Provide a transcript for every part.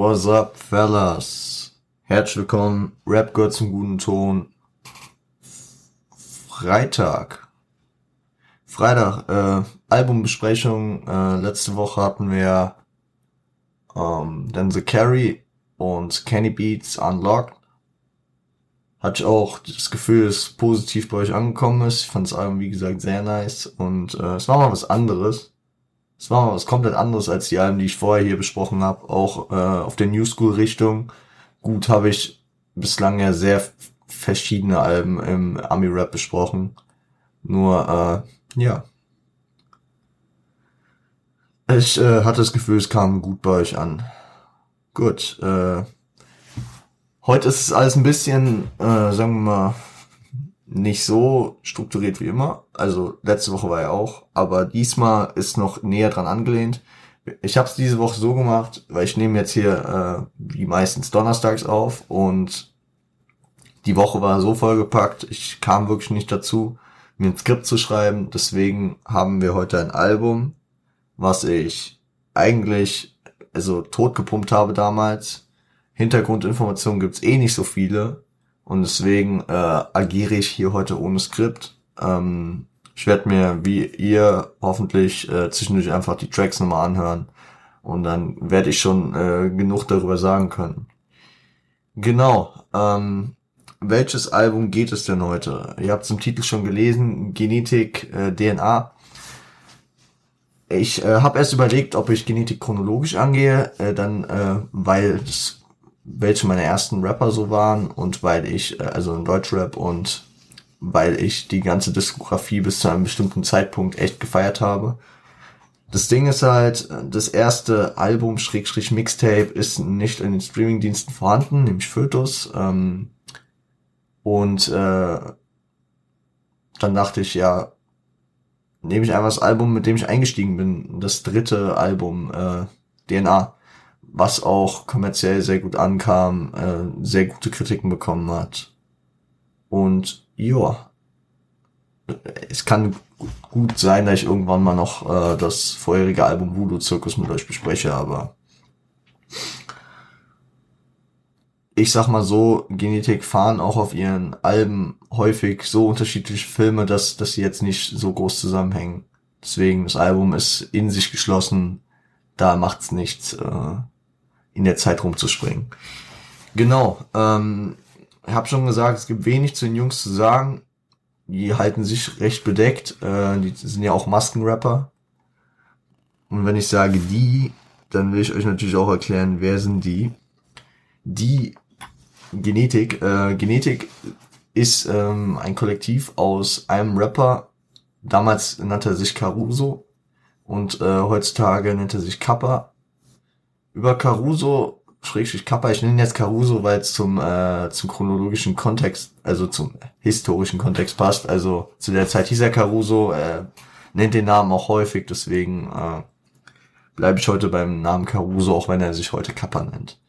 What's up, fellas? Herzlich willkommen, Rap gehört zum guten Ton. Freitag, Albumbesprechung. Letzte Woche hatten wir dann The Carry und Kenny Beats Unlocked. Hatte ich auch das Gefühl, dass es positiv bei euch angekommen ist. Ich fand das Album, wie gesagt, sehr nice. Und es war mal was anderes. Es war mal was komplett anderes als die Alben, die ich vorher hier besprochen habe. Auch auf der New School Richtung. Gut, habe ich bislang ja sehr verschiedene Alben im Ami-Rap besprochen. Nur, ja. Ich hatte das Gefühl, es kam gut bei euch an. Gut, heute ist es alles ein bisschen, sagen wir mal, nicht so strukturiert wie immer. Also letzte Woche war ja auch, aber diesmal ist noch näher dran angelehnt. Ich habe es diese Woche so gemacht, weil ich nehme jetzt hier wie meistens donnerstags auf und die Woche war so vollgepackt, ich kam wirklich nicht dazu, mir ein Skript zu schreiben. Deswegen haben wir heute ein Album, was ich eigentlich totgepumpt habe damals. Hintergrundinformationen gibt's nicht so viele. Und deswegen agiere ich hier heute ohne Skript. Ich werde mir, wie ihr, hoffentlich zwischendurch einfach die Tracks nochmal anhören. Und dann werde ich schon genug darüber sagen können. Genau. Welches Album geht es denn heute? Ihr habt es im Titel schon gelesen. Genetik, DNA. Ich habe erst überlegt, ob ich Genetik chronologisch angehe. Weil das welche meine ersten Rapper so waren und weil ich, also in Deutschrap und weil ich die ganze Diskografie bis zu einem bestimmten Zeitpunkt echt gefeiert habe. Das Ding ist halt, das erste Album / Mixtape ist nicht in den Streamingdiensten vorhanden, nämlich Fötus. Dann dachte ich, ja, nehme ich einfach das Album, mit dem ich eingestiegen bin, das dritte Album, DNA, was auch kommerziell sehr gut ankam, sehr gute Kritiken bekommen hat. Und ja, es kann gut sein, dass ich irgendwann mal noch das vorherige Album Voodoo Zirkus mit euch bespreche, aber ich sag mal so, Genetik fahren auch auf ihren Alben häufig so unterschiedliche Filme, dass sie jetzt nicht so groß zusammenhängen. Deswegen, das Album ist in sich geschlossen, da macht's nichts, in der Zeit rumzuspringen. Genau, ich habe schon gesagt, es gibt wenig zu den Jungs zu sagen. Die halten sich recht bedeckt. Die sind ja auch Maskenrapper. Und wenn ich sage die, dann will ich euch natürlich auch erklären, wer sind die. Die Genetik. Genetik ist ein Kollektiv aus einem Rapper. Damals nannte er sich Caruso und heutzutage nennt er sich Kappa. Über Caruso, / Kappa, ich nenne ihn jetzt Caruso, weil es zum chronologischen Kontext, also zum historischen Kontext passt. Also zu der Zeit hieß er Caruso, nennt den Namen auch häufig, deswegen bleibe ich heute beim Namen Caruso, auch wenn er sich heute Kappa nennt.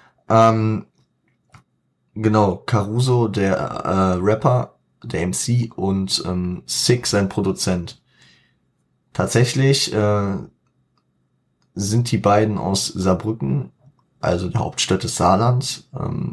Genau, Caruso, der Rapper, der MC und Sick, sein Produzent. Tatsächlich sind die beiden aus Saarbrücken, also der Hauptstadt des Saarlands.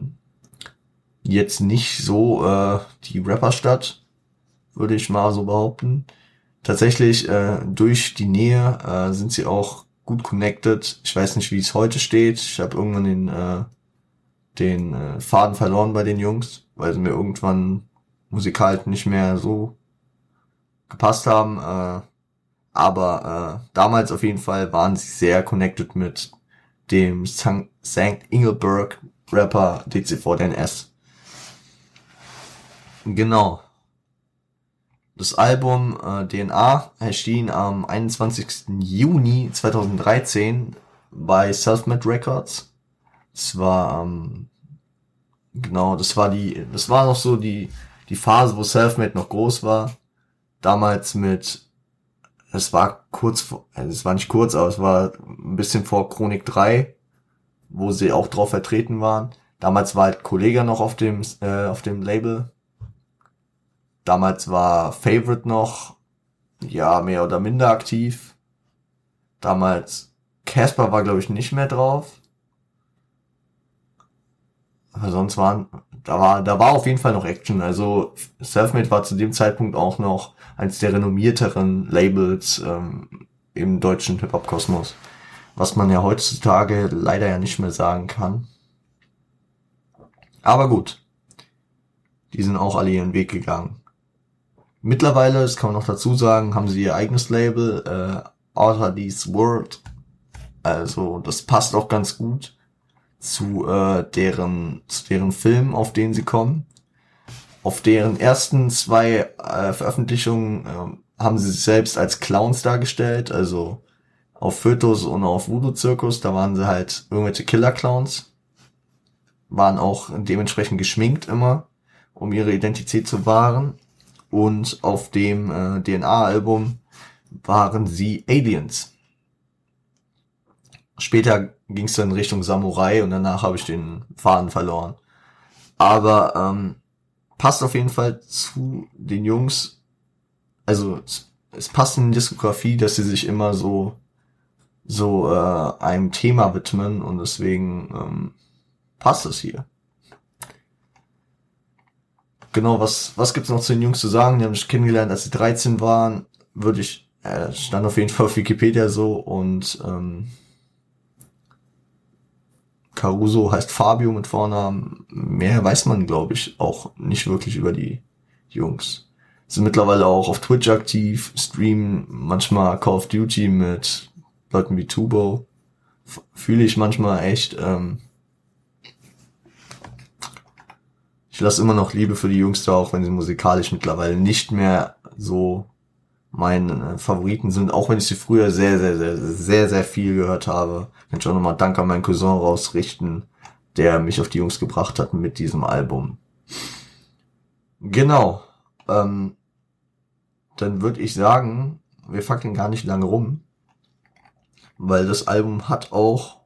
Jetzt nicht so die Rapperstadt, würde ich mal so behaupten. Tatsächlich durch die Nähe sind sie auch gut connected. Ich weiß nicht, wie es heute steht. Ich habe irgendwann den Faden verloren bei den Jungs, weil sie mir irgendwann musikalisch nicht mehr so gepasst haben. Aber damals auf jeden Fall waren sie sehr connected mit dem St. Ingelberg Rapper DC4DNS. Genau. Das Album DNA erschien am 21. Juni 2013 bei Selfmade Records. Das war das war noch so die Phase, wo Selfmade noch groß war. Damals es war nicht kurz, aber es war ein bisschen vor Chronik 3, wo sie auch drauf vertreten waren. Damals war halt Kollega noch auf dem Label. Damals war Favorite noch, ja, mehr oder minder aktiv. Damals Casper war, glaube ich, nicht mehr drauf. Aber sonst da war auf jeden Fall noch Action. Also Selfmade war zu dem Zeitpunkt auch noch eines der renommierteren Labels im deutschen Hip-Hop-Kosmos. Was man ja heutzutage leider ja nicht mehr sagen kann. Aber gut, die sind auch alle ihren Weg gegangen. Mittlerweile, das kann man noch dazu sagen, haben sie ihr eigenes Label, Artadis World. Also das passt auch ganz gut zu deren Film, auf den sie kommen. Auf deren ersten 2 Veröffentlichungen haben sie sich selbst als Clowns dargestellt, also auf Fötus und auf Voodoo Zirkus, da waren sie halt irgendwelche Killer-Clowns, waren auch dementsprechend geschminkt immer, um ihre Identität zu wahren. Und auf dem DNA-Album waren sie Aliens. Später ging es dann Richtung Samurai und danach habe ich den Faden verloren. Aber passt auf jeden Fall zu den Jungs. Also es passt in die Diskografie, dass sie sich immer so einem Thema widmen und deswegen passt es hier. Genau, was gibt's noch zu den Jungs zu sagen? Die haben sich kennengelernt, als sie 13 waren. Stand auf jeden Fall auf Wikipedia so und Caruso heißt Fabio mit Vornamen. Mehr weiß man, glaube ich, auch nicht wirklich über die Jungs. Sind mittlerweile auch auf Twitch aktiv, streamen manchmal Call of Duty mit Leuten wie Tubo. Fühle ich manchmal echt. Ich lasse immer noch Liebe für die Jungs da, auch wenn sie musikalisch mittlerweile nicht mehr so meine Favoriten sind, auch wenn ich sie früher sehr, sehr, sehr, sehr, sehr viel gehört habe. Kann ich auch nochmal Dank an meinen Cousin rausrichten, der mich auf die Jungs gebracht hat mit diesem Album. Genau. Dann würde ich sagen, wir fackeln gar nicht lange rum, weil das Album hat auch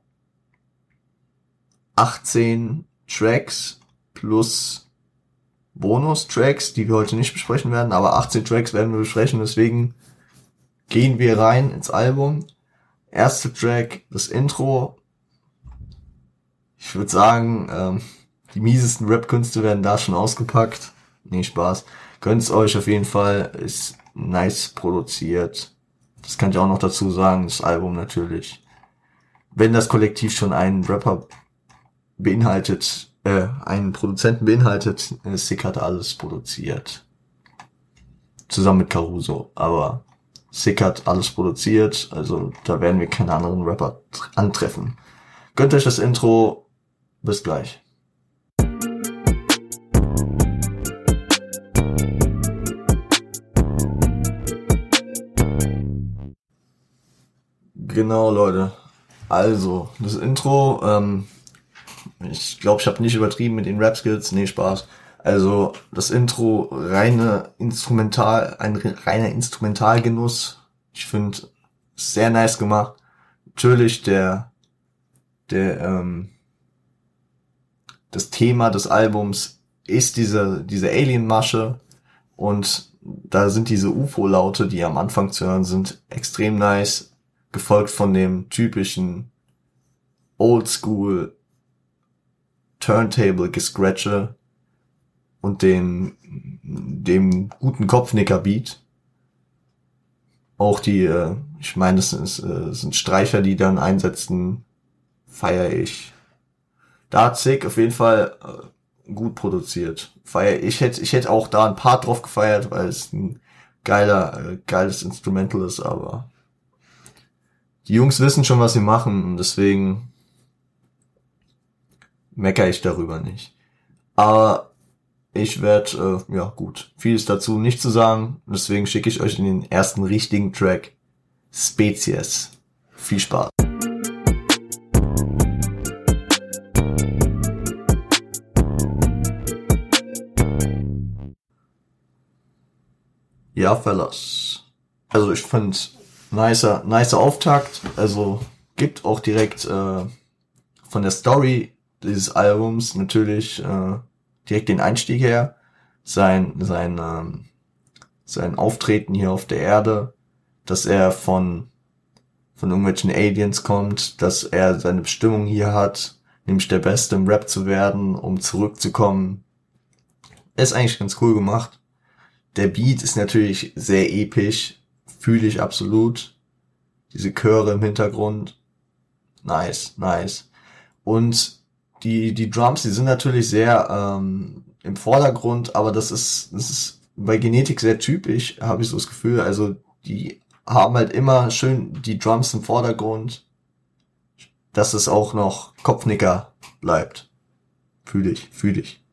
18 Tracks plus Bonus-Tracks, die wir heute nicht besprechen werden, aber 18 Tracks werden wir besprechen, deswegen gehen wir rein ins Album. Erster Track, das Intro. Ich würde sagen, die miesesten Rap-Künste werden da schon ausgepackt. Nee, Spaß. Gönnt's euch auf jeden Fall, ist nice produziert. Das kann ich auch noch dazu sagen, das Album natürlich. Wenn das Kollektiv schon einen Rapper beinhaltet, einen Produzenten beinhaltet, Sick hat alles produziert. Zusammen mit Caruso, aber Sick hat alles produziert, also da werden wir keine anderen Rapper antreffen. Gönnt euch das Intro, bis gleich. Genau, Leute. Also, das Intro, ich glaube, ich habe nicht übertrieben mit den Rap-Skills. Nee, Spaß. Also, das Intro, ein reiner Instrumentalgenuss. Ich finde, sehr nice gemacht. Natürlich, das Thema des Albums ist diese Alien-Masche. Und da sind diese UFO-Laute, die am Anfang zu hören sind, extrem nice. Gefolgt von dem typischen Oldschool Turntable-Gescratche und dem guten Kopfnicker-Beat. Auch ich meine, das sind Streicher, die dann einsetzen, feiere ich. Da hat Sick auf jeden Fall gut produziert. Ich hätte auch da ein Part drauf gefeiert, weil es ein geiles Instrumental ist, aber die Jungs wissen schon, was sie machen und deswegen meckere ich darüber nicht. Aber ich werde, vieles dazu nicht zu sagen. Deswegen schicke ich euch in den ersten richtigen Track, Spezies. Viel Spaß. Ja, Fellas. Also ich fand nicer Auftakt. Also gibt auch direkt von der Story dieses Albums natürlich direkt den Einstieg her. Sein Auftreten hier auf der Erde, dass er von irgendwelchen Aliens kommt, dass er seine Bestimmung hier hat, nämlich der Beste im Rap zu werden, um zurückzukommen. Ist eigentlich ganz cool gemacht. Der Beat ist natürlich sehr episch, fühle ich absolut. Diese Chöre im Hintergrund, nice, nice. Und die Drums, die sind natürlich sehr im Vordergrund, aber das ist bei Genetik sehr typisch, habe ich so das Gefühl. Also die haben halt immer schön die Drums im Vordergrund, dass es auch noch Kopfnicker bleibt. Fühl ich.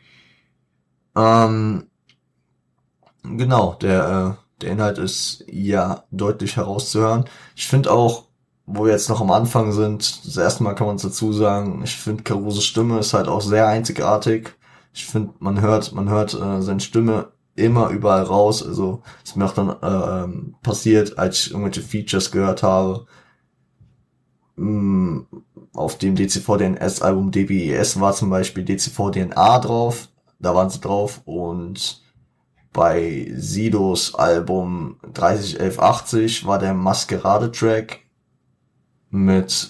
Ähm, genau, der Inhalt ist ja deutlich herauszuhören. Ich finde auch, wo wir jetzt noch am Anfang sind, das erste Mal kann man es dazu sagen, ich finde Carusos Stimme ist halt auch sehr einzigartig. Ich finde, man hört seine Stimme immer überall raus. Also ist mir auch dann passiert, als ich irgendwelche Features gehört habe. Mm, Auf dem DCVDNS-Album DBES war zum Beispiel DCVDNA drauf. Da waren sie drauf und bei Sidos Album 301180 war der Maskerade-Track mit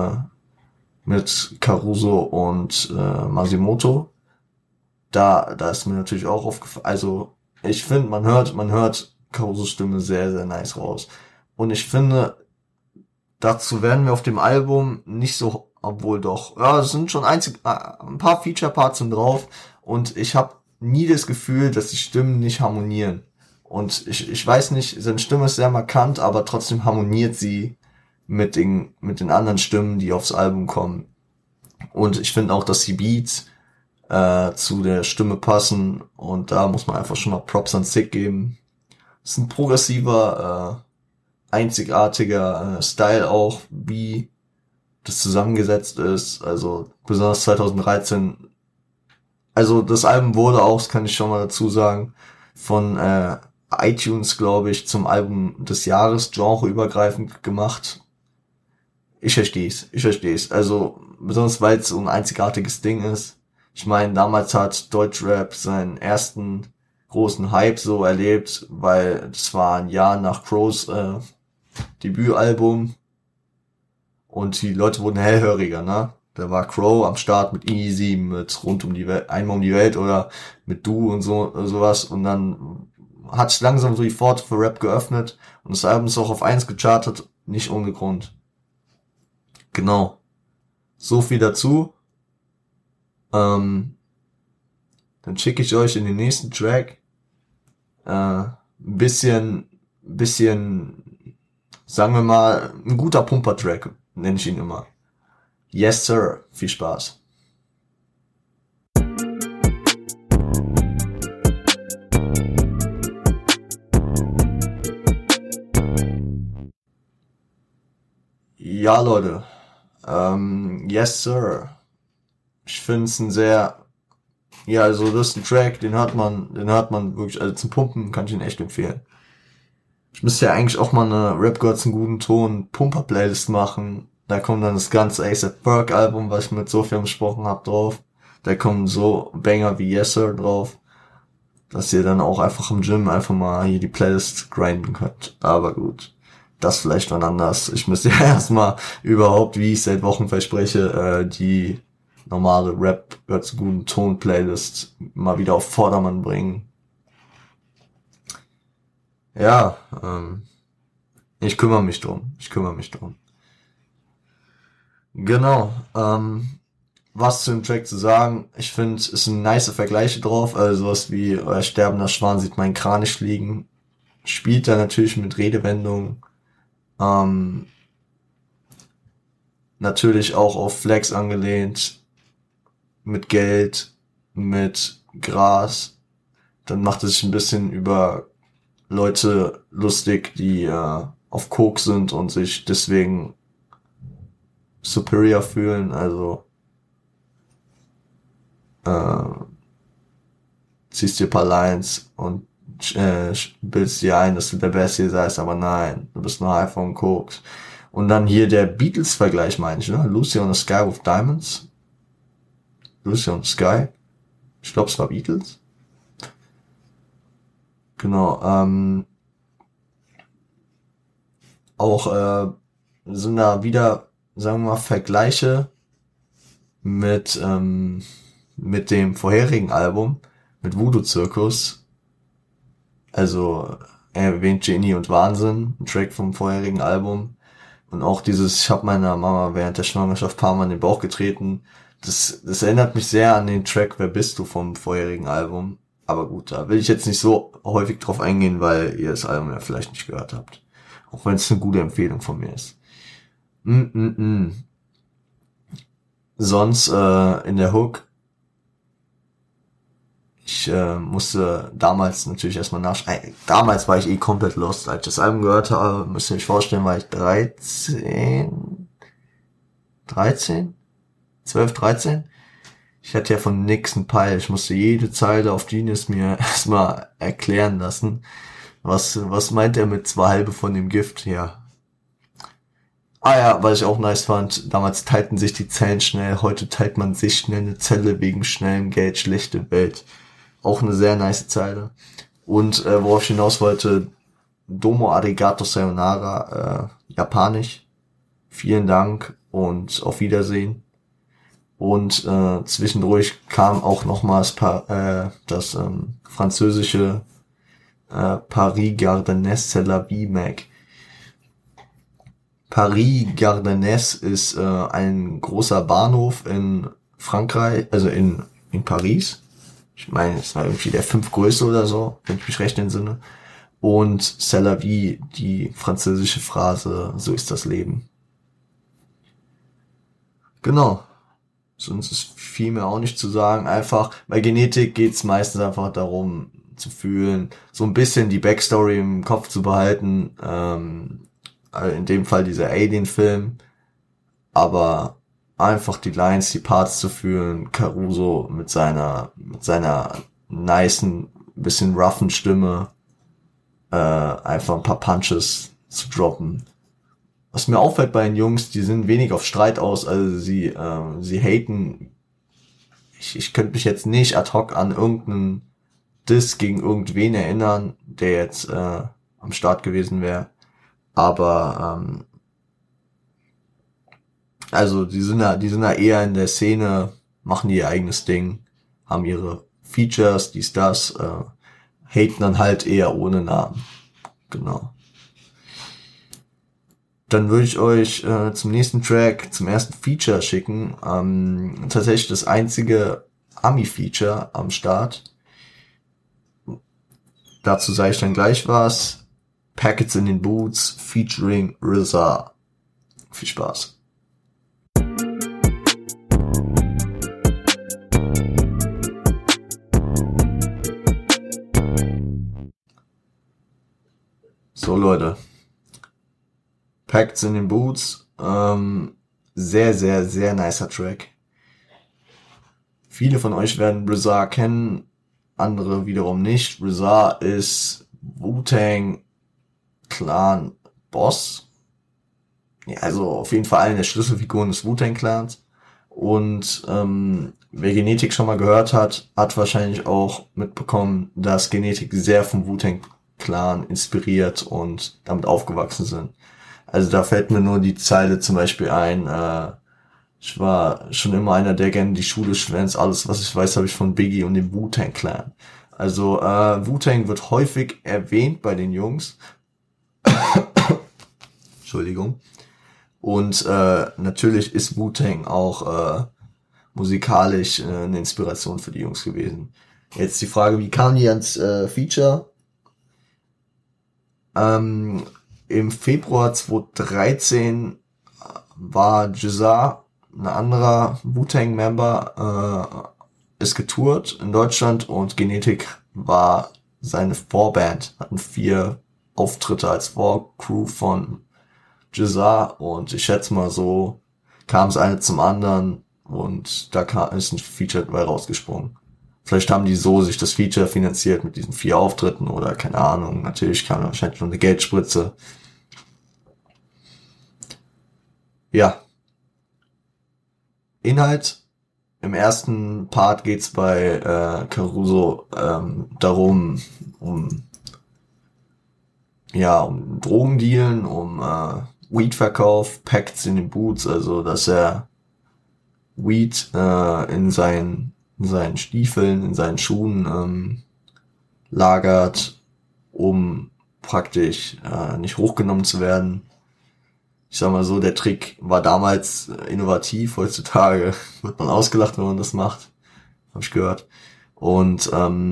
Caruso und Masimoto. Da ist mir natürlich auch aufgefallen. Also ich finde, man hört Carusos Stimme sehr, sehr nice raus. Und ich finde, dazu werden wir auf dem Album nicht so, obwohl doch, ja, es sind schon ein paar Feature-Parts sind drauf und ich habe nie das Gefühl, dass die Stimmen nicht harmonieren. Und ich weiß nicht, seine Stimme ist sehr markant, aber trotzdem harmoniert sie mit den anderen Stimmen, die aufs Album kommen. Und ich finde auch, dass die Beats zu der Stimme passen und da muss man einfach schon mal Props an Sick geben. Es ist ein progressiver, einzigartiger Style auch, wie das zusammengesetzt ist. Also besonders 2013. Also das Album wurde auch, das kann ich schon mal dazu sagen, von iTunes, glaube ich, zum Album des Jahres genreübergreifend gemacht. Ich versteh's. Also besonders weil es so ein einzigartiges Ding ist. Ich meine, damals hat Deutschrap seinen ersten großen Hype so erlebt, weil das war ein Jahr nach Crows Debütalbum und die Leute wurden hellhöriger, ne? Da war Crow am Start mit Easy, mit Rund um die Welt, Einmal um die Welt oder mit Du und sowas und dann hat sich langsam so die Pforte für Rap geöffnet und das Album ist auch auf 1 gechartet, nicht ohne Grund. Genau. So viel dazu. Ähm, Dann schicke ich euch in den nächsten Track ein bisschen, sagen wir mal, ein guter Pumper-Track, nenne ich ihn immer. Yes, Sir. Viel Spaß. Ja, Leute. Yes, Sir. Ich finde es ein sehr, ja, also das ist ein Track, den hört man wirklich, also zum Pumpen kann ich ihn echt empfehlen. Ich müsste ja eigentlich auch mal eine Rap Gods einen guten Ton Pumper-Playlist machen. Da kommt dann das ganze A$AP Ferg Album, was ich mit Sophia besprochen habe, drauf. Da kommen so Banger wie Yes Sir drauf, dass ihr dann auch einfach im Gym einfach mal hier die Playlist grinden könnt. Aber gut, das vielleicht wann anders. Ich müsste ja erstmal überhaupt, wie ich seit Wochen verspreche, die normale Rap Gods guten Ton Playlist mal wieder auf Vordermann bringen. Ja, ich kümmere mich drum. Genau. Was zu dem Track zu sagen? Ich finde, es sind nice Vergleiche drauf. Also sowas wie euer sterbender Schwan sieht meinen Kranich liegen. Spielt da natürlich mit Redewendungen. Ähm, Natürlich auch auf Flex angelehnt. Mit Geld, mit Gras. Dann macht es sich ein bisschen über Leute lustig, die auf Coke sind und sich deswegen superior fühlen, also äh, ziehst dir ein paar Lines und bildest dir ein, dass du der Beste seist, aber nein, du bist nur high von Koks. Und dann hier der Beatles-Vergleich, meine ich, ne? Lucy on the Sky with Diamonds. Lucy on the Sky. Ich glaube, es war Beatles. Genau, auch sind da wieder, sagen wir mal, Vergleiche mit, mit dem vorherigen Album, mit Voodoo Zirkus. Also er erwähnt Genie und Wahnsinn, ein Track vom vorherigen Album. Und auch dieses, ich habe meiner Mama während der Schwangerschaft ein paar Mal in den Bauch getreten. Das erinnert mich sehr an den Track Wer bist du vom vorherigen Album. Aber gut, da will ich jetzt nicht so häufig drauf eingehen, weil ihr das Album ja vielleicht nicht gehört habt. Auch wenn es eine gute Empfehlung von mir ist. Mm -mm -mm. Sonst in der Hook, ich musste damals natürlich erstmal nachschauen. Damals war ich komplett lost. Als ich das Album gehört habe, müsst ihr euch vorstellen, war ich 13? 12, 13? Ich hatte ja von nix einen Peil. Ich musste jede Zeile auf Genius mir erstmal erklären lassen. Was meint er mit 2 halbe von dem Gift? Ja. Ah ja, was ich auch nice fand, damals teilten sich die Zellen schnell, heute teilt man sich schnell eine Zelle wegen schnellem Geld, schlechte Welt. Auch eine sehr nice Zeile. Und worauf ich hinaus wollte, Domo arigato sayonara, japanisch. Vielen Dank und auf Wiedersehen. Und zwischendurch kam auch nochmals das französische Paris-Gardenès c'est la vie, mec. Paris-Gardenès ist ein großer Bahnhof in Frankreich, also in Paris. Ich meine, es war irgendwie der 5. größte oder so, wenn ich mich recht entsinne. Und c'est la vie, die französische Phrase, so ist das Leben. Genau. Sonst ist viel mehr auch nicht zu sagen. Einfach, bei Genetik geht's meistens einfach darum, zu fühlen, so ein bisschen die Backstory im Kopf zu behalten. In dem Fall dieser Alien-Film. Aber einfach die Lines, die Parts zu fühlen. Caruso mit seiner nicen, bisschen roughen Stimme. Einfach ein paar Punches zu droppen. Was mir auffällt bei den Jungs, die sind wenig auf Streit aus, also sie haten. Ich könnte mich jetzt nicht ad hoc an irgendeinen Diss gegen irgendwen erinnern, der jetzt am Start gewesen wäre. Aber also die sind da eher in der Szene, machen ihr eigenes Ding, haben ihre Features, dies, das, haten dann halt eher ohne Namen. Genau. Dann würde ich euch zum nächsten Track, zum ersten Feature schicken. Tatsächlich das einzige Ami-Feature am Start. Dazu sage ich dann gleich was. Packets in den Boots featuring RZA. Viel Spaß. So Leute. Packets in den Boots. Sehr, sehr, sehr nicer Track. Viele von euch werden RZA kennen, andere wiederum nicht. RZA ist Wu-Tang Clan Boss. Ja, also auf jeden Fall eine der Schlüsselfiguren des Wu-Tang Clans. Und wer Genetik schon mal gehört hat, hat wahrscheinlich auch mitbekommen, dass Genetik sehr vom Wu-Tang Clan inspiriert und damit aufgewachsen sind. Also da fällt mir nur die Zeile zum Beispiel ein, ich war schon immer einer, der gerne die Schule schwänzt. Alles, was ich weiß, habe ich von Biggie und dem Wu-Tang Clan. Also Wu-Tang wird häufig erwähnt bei den Jungs. Entschuldigung. Und natürlich ist Wu-Tang auch musikalisch eine Inspiration für die Jungs gewesen. Jetzt die Frage, wie kam die ans Feature? Im Februar 2013 war GZA, ein anderer Wu-Tang-Member, ist getourt in Deutschland und Genetik war seine Vorband, hatten 4 Auftritte als Vorcrew von GZA und ich schätze mal so kam es eine zum anderen und da ist ein Feature dabei rausgesprungen. Vielleicht haben die so sich das Feature finanziert mit diesen 4 Auftritten oder keine Ahnung. Natürlich kam da wahrscheinlich noch eine Geldspritze. Ja. Inhalt. Im ersten Part geht's bei Caruso darum, um Drogendealen, um Weedverkauf, Packs in den Boots, also dass er Weed in seinen Stiefeln, in seinen Schuhen lagert, um praktisch nicht hochgenommen zu werden. Ich sag mal so, der Trick war damals innovativ, heutzutage wird man ausgelacht, wenn man das macht. Hab ich gehört. Und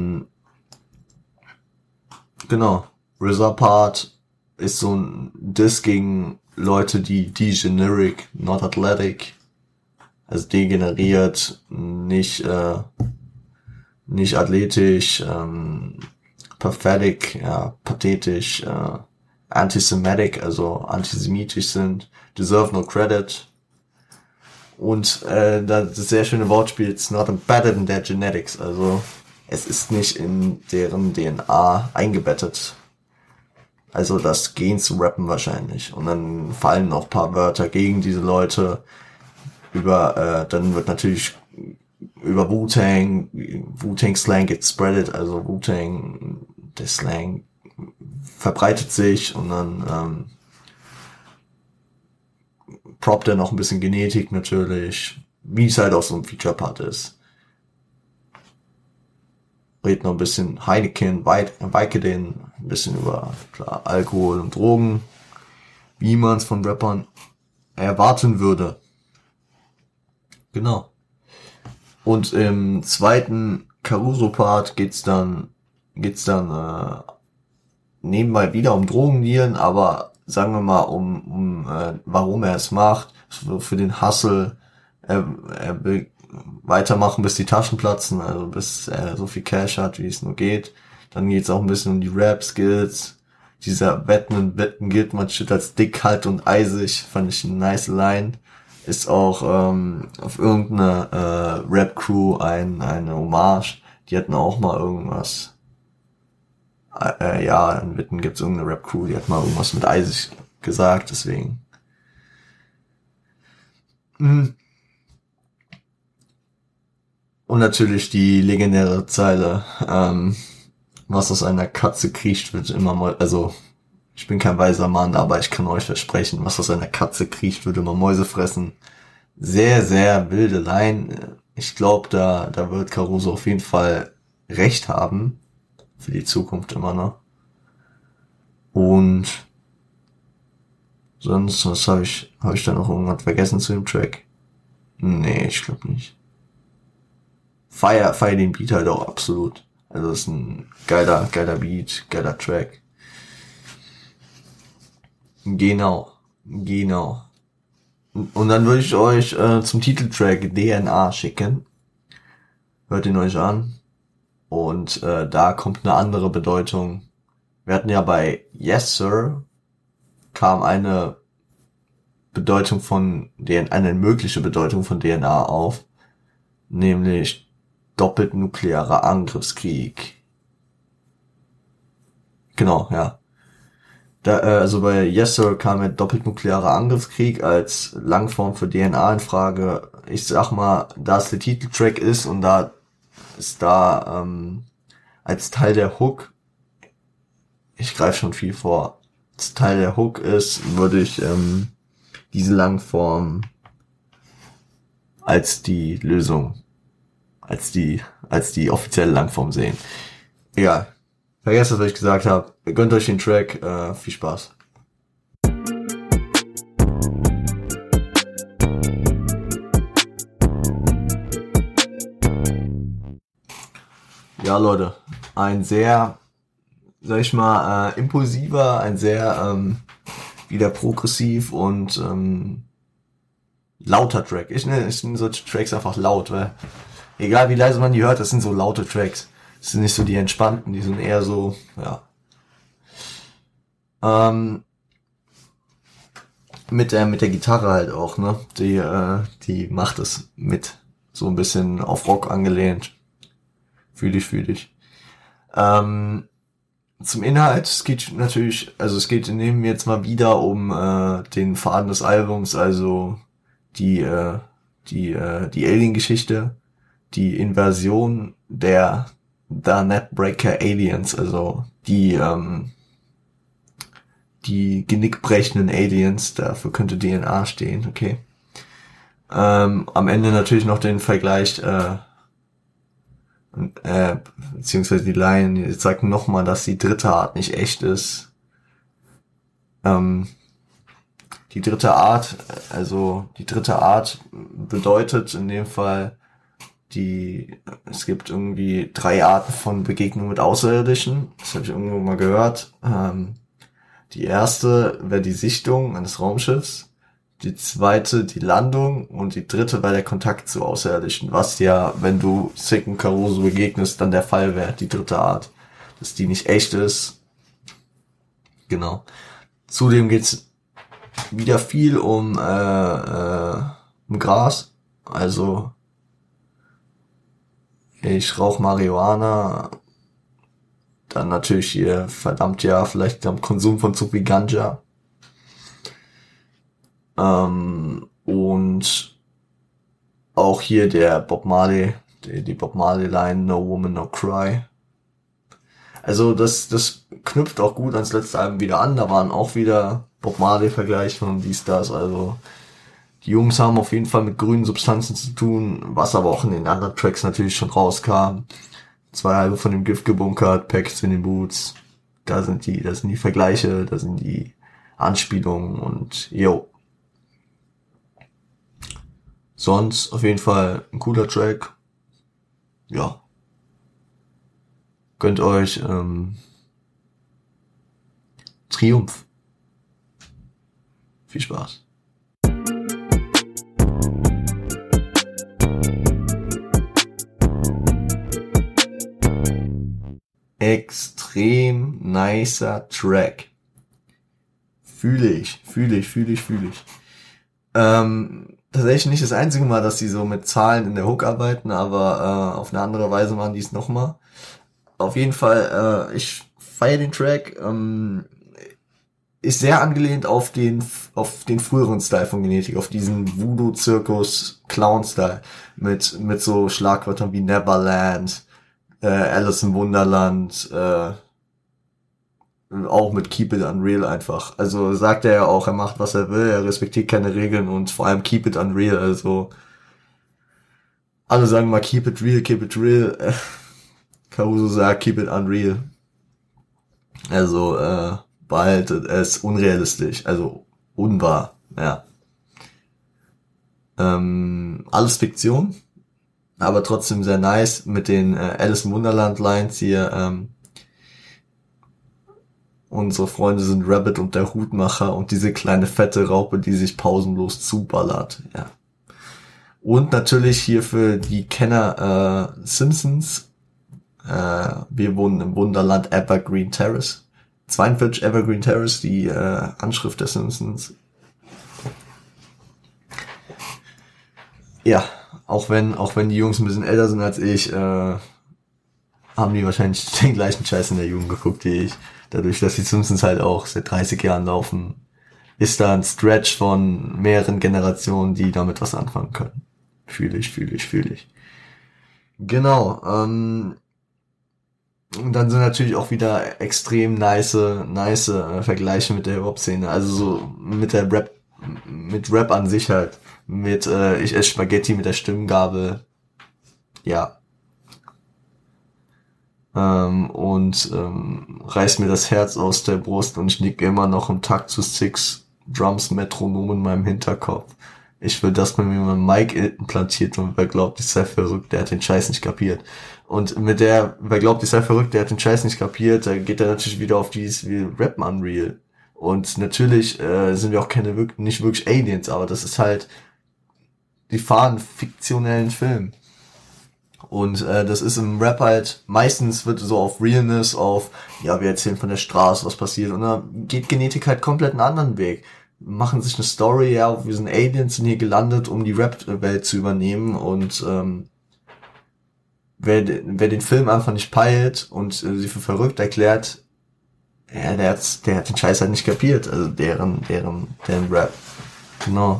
genau, RZA Part ist so ein Diss gegen Leute, die degeneric, not athletic, also degeneriert, nicht athletisch, pathetic, ja, pathetisch, antisemitic, also antisemitisch sind, deserve no credit. Und das sehr schöne Wortspiel, it's not embedded in their genetics, also es ist nicht in deren DNA eingebettet. Also das Gen zu rappen wahrscheinlich. Und dann fallen noch ein paar Wörter gegen diese Leute. Dann wird natürlich über Wu-Tang Slang gespreadet, also Wu-Tang, der Slang verbreitet sich und dann proppt er noch ein bisschen Genetik natürlich, wie es halt auch so ein Feature-Part ist. Redet noch ein bisschen Heineken, Vicodin, ein bisschen über klar, Alkohol und Drogen, wie man es von Rappern erwarten würde. Genau. Und im zweiten Caruso-Part geht's dann nebenbei wieder um Drogendealen, aber sagen wir mal warum er es macht, für den Hustle. Er will weitermachen, bis die Taschen platzen, also bis er so viel Cash hat, wie es nur geht. Dann geht's auch ein bisschen um die Rap-Skills. Dieser Wetten gilt man shit als dick, kalt und eisig, fand ich eine nice Line. Ist auch auf irgendeine Rap-Crew eine Hommage. Die hatten auch mal irgendwas. In Witten gibt's irgendeine Rap-Crew, die hat mal irgendwas mit eisig gesagt, deswegen. Und natürlich die legendäre Zeile, was aus einer Katze kriecht, wird immer mal, also ich bin kein weiser Mann, aber ich kann euch versprechen, was aus einer Katze kriecht, wird immer Mäuse fressen. Sehr, sehr wilde Line. Ich glaube, da wird Caruso auf jeden Fall recht haben. Für die Zukunft immer noch. Und sonst, was habe ich da noch irgendwas vergessen zu dem Track? Nee, ich glaube nicht. Feier den Beat halt auch absolut. Also das ist ein geiler Beat, geiler Track. Genau. Und dann würde ich euch zum Titeltrack DNA schicken. Hört ihn euch an. Und da kommt eine andere Bedeutung. Wir hatten ja bei Yes Sir kam eine mögliche Bedeutung von DNA auf, nämlich doppelt nuklearer Angriffskrieg. Genau, ja. Also bei Yes Sir kam ja doppelt nuklearer Angriffskrieg als Langform für DNA in Frage. Ich sag mal, da es der Titeltrack ist und da ist als Teil der Hook, ich greife schon viel vor, als Teil der Hook ist, würde ich diese Langform als die Lösung, als die offizielle Langform sehen. Egal. Vergesst, was ich gesagt habe. Gönnt euch den Track. Viel Spaß. Ja, Leute, ein sehr, sag ich mal, impulsiver, ein sehr wieder progressiv und lauter Track. Ich nenne solche Tracks einfach laut, weil egal wie leise man die hört, das sind so laute Tracks. Das sind nicht so die entspannten, die sind eher so, ja. Mit der Gitarre halt auch, ne? Die macht es mit. So ein bisschen auf Rock angelehnt. Fühl dich. Zum Inhalt, es geht neben mir jetzt mal wieder um den Faden des Albums, also die Alien-Geschichte, die Invasion der Netbreaker Aliens, also die genickbrechenden Aliens, dafür könnte DNA stehen, okay. Am Ende natürlich noch den Vergleich, beziehungsweise die Line sagt nochmal, dass die dritte Art nicht echt ist. Die dritte Art bedeutet in dem Fall, es gibt irgendwie 3 Arten von Begegnungen mit Außerirdischen. Das habe ich irgendwo mal gehört. Die erste wäre die Sichtung eines Raumschiffs. Die zweite die Landung und die dritte wäre der Kontakt zu Außerirdischen, was ja, wenn du Sick und Caruso begegnest, dann der Fall wäre, die dritte Art, dass die nicht echt ist. Genau. Zudem geht's wieder viel um Gras, also ich rauche Marihuana, dann natürlich hier, verdammt ja, vielleicht am Konsum von zu viel Ganja. Und auch hier der Bob Marley, die Bob Marley Line, No Woman, No Cry. Also das knüpft auch gut ans letzte Album wieder an, da waren auch wieder Bob Marley Vergleiche und dies, das, also die Jungs haben auf jeden Fall mit grünen Substanzen zu tun, was aber auch in den anderen Tracks natürlich schon rauskam. 2 Alben von dem Gift gebunkert, Packets in den Boots, da sind die Vergleiche, da sind die Anspielungen und yo. Sonst auf jeden Fall ein cooler Track. Ja. Gönnt euch Triumph. Viel Spaß. Extrem nicer Track. Fühle ich. Tatsächlich nicht das einzige Mal, dass die so mit Zahlen in der Hook arbeiten, aber auf eine andere Weise machen die es nochmal. Auf jeden Fall, ich feiere den Track. Ist sehr angelehnt auf den früheren Style von Genetik, auf diesen Voodoo-Zirkus-Clown-Style mit so Schlagwörtern wie Neverland, Alice im Wunderland, auch mit Keep It Unreal einfach. Also sagt er ja auch, er macht was er will, er respektiert keine Regeln und vor allem Keep It Unreal. Also alle sagen mal Keep It Real, Keep It Real. Caruso sagt Keep It Unreal. Also behaltet es unrealistisch, also unwahr, ja. Alles Fiktion, aber trotzdem sehr nice mit den Alice im Wunderland Lines hier. Unsere Freunde sind Rabbit und der Hutmacher und diese kleine fette Raupe, die sich pausenlos zuballert, ja. Und natürlich hier für die Kenner Simpsons. Wir wohnen im Wunderland Evergreen Terrace. 42 Evergreen Terrace, die Anschrift der Simpsons. Ja, auch wenn die Jungs ein bisschen älter sind als ich, haben die wahrscheinlich den gleichen Scheiß in der Jugend geguckt wie ich. Dadurch, dass die Simpsons halt auch seit 30 Jahren laufen, ist da ein Stretch von mehreren Generationen, die damit was anfangen können. Fühle ich. Genau, und dann sind natürlich auch wieder extrem nice Vergleiche mit der Hip-Hop-Szene. Also so mit Rap an sich halt. Mit ich esse Spaghetti mit der Stimmgabel. Ja. Reiß mir das Herz aus der Brust und ich nicke immer noch im Takt zu Six Drums Metronom in meinem Hinterkopf. Ich will, dass man mir mein Mic implantiert und wer glaubt, ich sei verrückt, der hat den Scheiß nicht kapiert. Und wer glaubt, ich sei verrückt, der hat den Scheiß nicht kapiert, da geht er natürlich wieder auf dieses wie Rap Unreal. Und natürlich sind wir auch nicht wirklich Aliens, aber das ist halt, die fahren fiktionellen Film. Und das ist im Rap halt, meistens wird so auf Realness, wir erzählen von der Straße, was passiert. Und dann geht Genetik halt komplett einen anderen Weg. Machen sich eine Story, ja, wir sind Aliens, sind hier gelandet, um die Rap-Welt zu übernehmen. Und wer den Film einfach nicht peilt und sie für verrückt erklärt, ja, der hat den Scheiß halt nicht kapiert. Also deren Rap. Genau.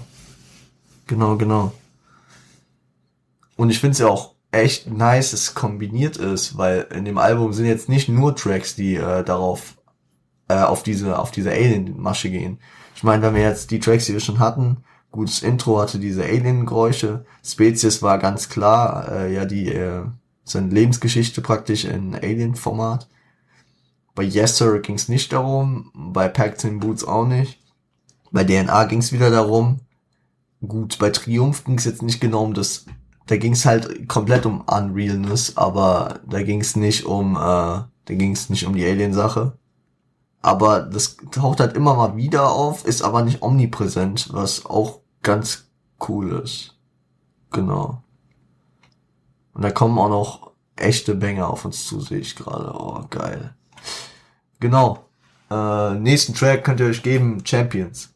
Und ich finde es ja auch echt nice, dass es kombiniert ist, weil in dem Album sind jetzt nicht nur Tracks, die auf diese Alien-Masche gehen. Ich meine, wenn wir jetzt die Tracks, die wir schon hatten, gutes Intro, hatte diese Alien-Geräusche. Spezies war ganz klar, seine Lebensgeschichte praktisch in Alien-Format. Bei Yes Sir ging's nicht darum, bei Packed in Boots auch nicht. Bei DNA ging's wieder darum. Gut, bei Triumph ging's jetzt nicht genau um das, da ging's halt komplett um Unrealness, aber da ging's nicht um die Alien-Sache. Aber das taucht halt immer mal wieder auf, ist aber nicht omnipräsent, was auch ganz cool ist. Genau. Und da kommen auch noch echte Banger auf uns zu, sehe ich gerade. Oh, geil. Genau. Nächsten Track könnt ihr euch geben, Champions.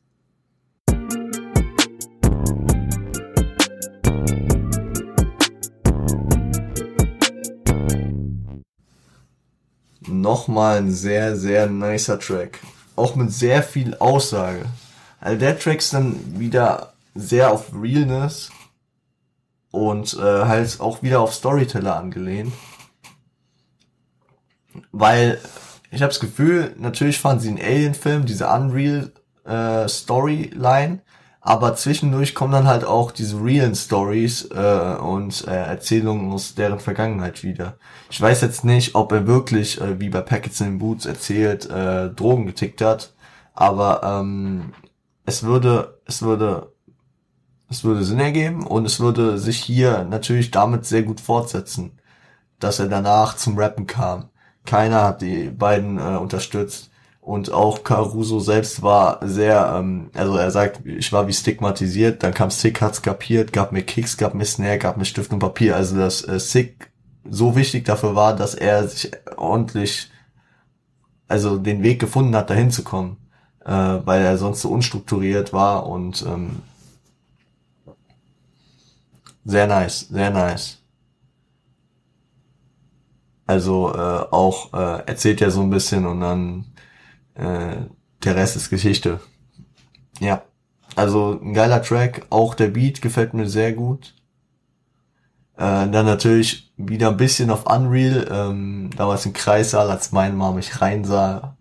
Nochmal ein sehr, sehr nicer Track. Auch mit sehr viel Aussage. Also der Track ist dann wieder sehr auf Realness und halt auch wieder auf Storyteller angelehnt. Weil ich habe das Gefühl, natürlich fahren sie einen Alien-Film, diese Unreal Storyline, aber zwischendurch kommen dann halt auch diese realen Stories und Erzählungen aus deren Vergangenheit wieder. Ich weiß jetzt nicht, ob er wirklich, wie bei Packets in Boots erzählt, Drogen getickt hat, aber es würde Sinn ergeben und es würde sich hier natürlich damit sehr gut fortsetzen, dass er danach zum Rappen kam. Keiner hat die beiden unterstützt. Und auch Caruso selbst war sehr, also er sagt, ich war wie stigmatisiert, dann kam Sick, hat's kapiert, gab mir Kicks, gab mir Snare, gab mir Stift und Papier. Also dass Sick so wichtig dafür war, dass er sich ordentlich, also den Weg gefunden hat, dahin zu kommen, weil er sonst so unstrukturiert war und sehr nice, sehr nice. Also auch erzählt er so ein bisschen und dann der Rest ist Geschichte. Ja, also ein geiler Track. Auch der Beat gefällt mir sehr gut. Dann natürlich wieder ein bisschen auf Unreal. Damals im Kreissaal, als meine Mama mich reinsah.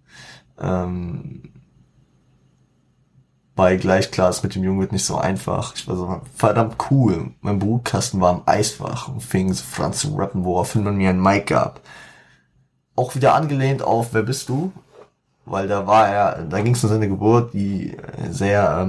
Bei Gleichglas mit dem Jungen wird nicht so einfach. Ich war so verdammt cool. Mein Brutkasten war im Eisfach und fing so an zu rappen, woraufhin man mir ein Mic gab. Auch wieder angelehnt auf Wer bist du? Weil da ging es um seine Geburt, die sehr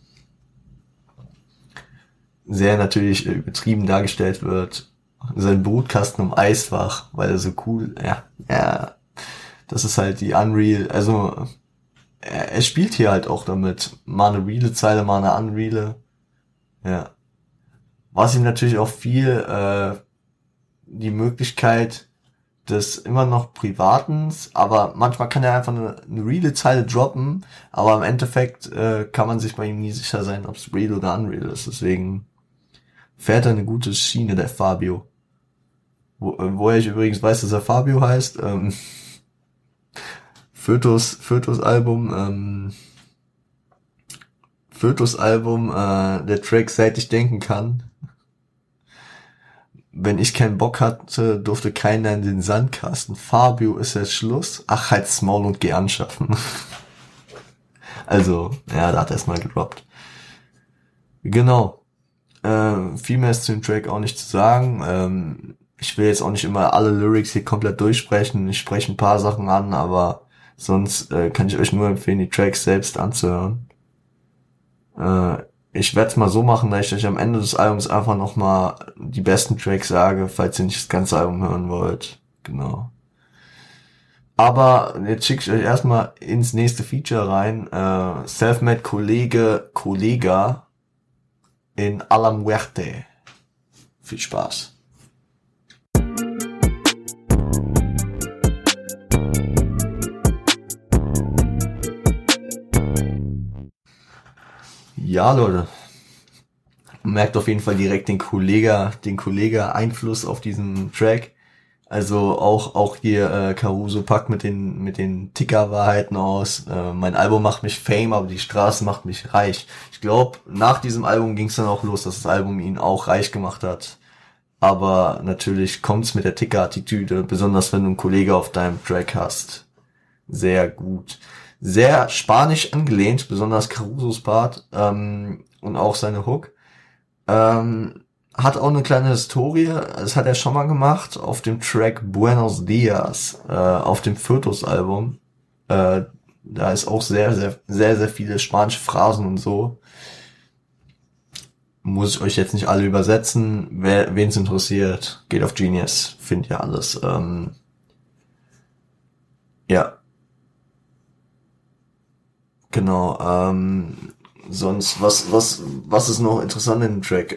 natürlich übertrieben dargestellt wird. Sein Brutkasten im Eisfach, weil er so cool, ja, das ist halt die Unreal, also er spielt hier halt auch damit. Mal eine reale Zeile, mal eine unreale, ja. Was ihm natürlich auch viel die Möglichkeit des immer noch Privatens, aber manchmal kann er einfach eine reale Zeile droppen, aber im Endeffekt kann man sich bei ihm nie sicher sein, ob es real oder unreal ist. Deswegen fährt er eine gute Schiene, der Fabio. Woher ich übrigens weiß, dass er Fabio heißt. Fötus-Album, der Track Seit ich denken kann. Wenn ich keinen Bock hatte, durfte keiner in den Sandkasten. Fabio, ist jetzt Schluss? Ach, halt's Maul und geh anschaffen. Also, ja, da hat er es mal gedroppt. Genau. Viel mehr ist zu dem Track auch nicht zu sagen. Ich will jetzt auch nicht immer alle Lyrics hier komplett durchsprechen. Ich spreche ein paar Sachen an, aber sonst kann ich euch nur empfehlen, die Tracks selbst anzuhören. Ich werde es mal so machen, dass ich euch am Ende des Albums einfach nochmal die besten Tracks sage, falls ihr nicht das ganze Album hören wollt. Genau. Aber jetzt schicke ich euch erstmal ins nächste Feature rein. Selfmade Kollega in A La Muerte. Viel Spaß. Ja, Leute. Man merkt auf jeden Fall direkt den Kollega-Einfluss auf diesen Track. Also auch hier Caruso packt mit den Ticker-Wahrheiten aus. Mein Album macht mich Fame, aber die Straße macht mich reich. Ich glaube, nach diesem Album ging es dann auch los, dass das Album ihn auch reich gemacht hat. Aber natürlich kommt's mit der Ticker-Attitüde, besonders wenn du einen Kollege auf deinem Track hast. Sehr gut. Sehr spanisch angelehnt, besonders Carusos Part. und auch seine Hook. Hat auch eine kleine Historie, das hat er schon mal gemacht auf dem Track Buenos Dias, auf dem Fotos-Album. Da ist auch sehr, sehr, sehr, sehr viele spanische Phrasen und so. Muss ich euch jetzt nicht alle übersetzen. Wen es interessiert, geht auf Genius, findet ihr alles. Ja, genau. Sonst, was ist noch interessant in dem Track?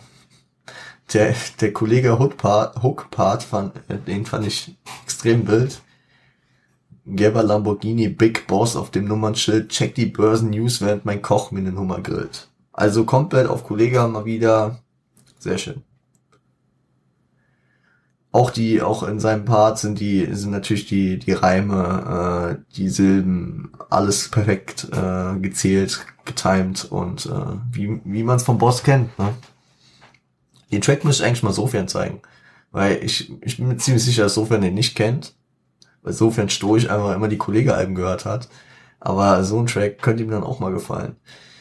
Der Kollege Hook-Part den fand ich extrem wild. Gelber Lamborghini Big Boss auf dem Nummernschild, check die Börsen-News, während mein Koch mir den Hummer grillt. Also komplett auf Kollega mal wieder. Sehr schön. Auch in seinem Part sind natürlich die Reime, die Silben, alles perfekt, gezählt, getimed und, wie man es vom Boss kennt, ne? Den Track muss ich eigentlich mal Sofern zeigen. Weil ich bin mir ziemlich sicher, dass Sofern den nicht kennt. Weil Sofern Storch einfach immer die Kollega-Alben gehört hat. Aber so ein Track könnte ihm dann auch mal gefallen.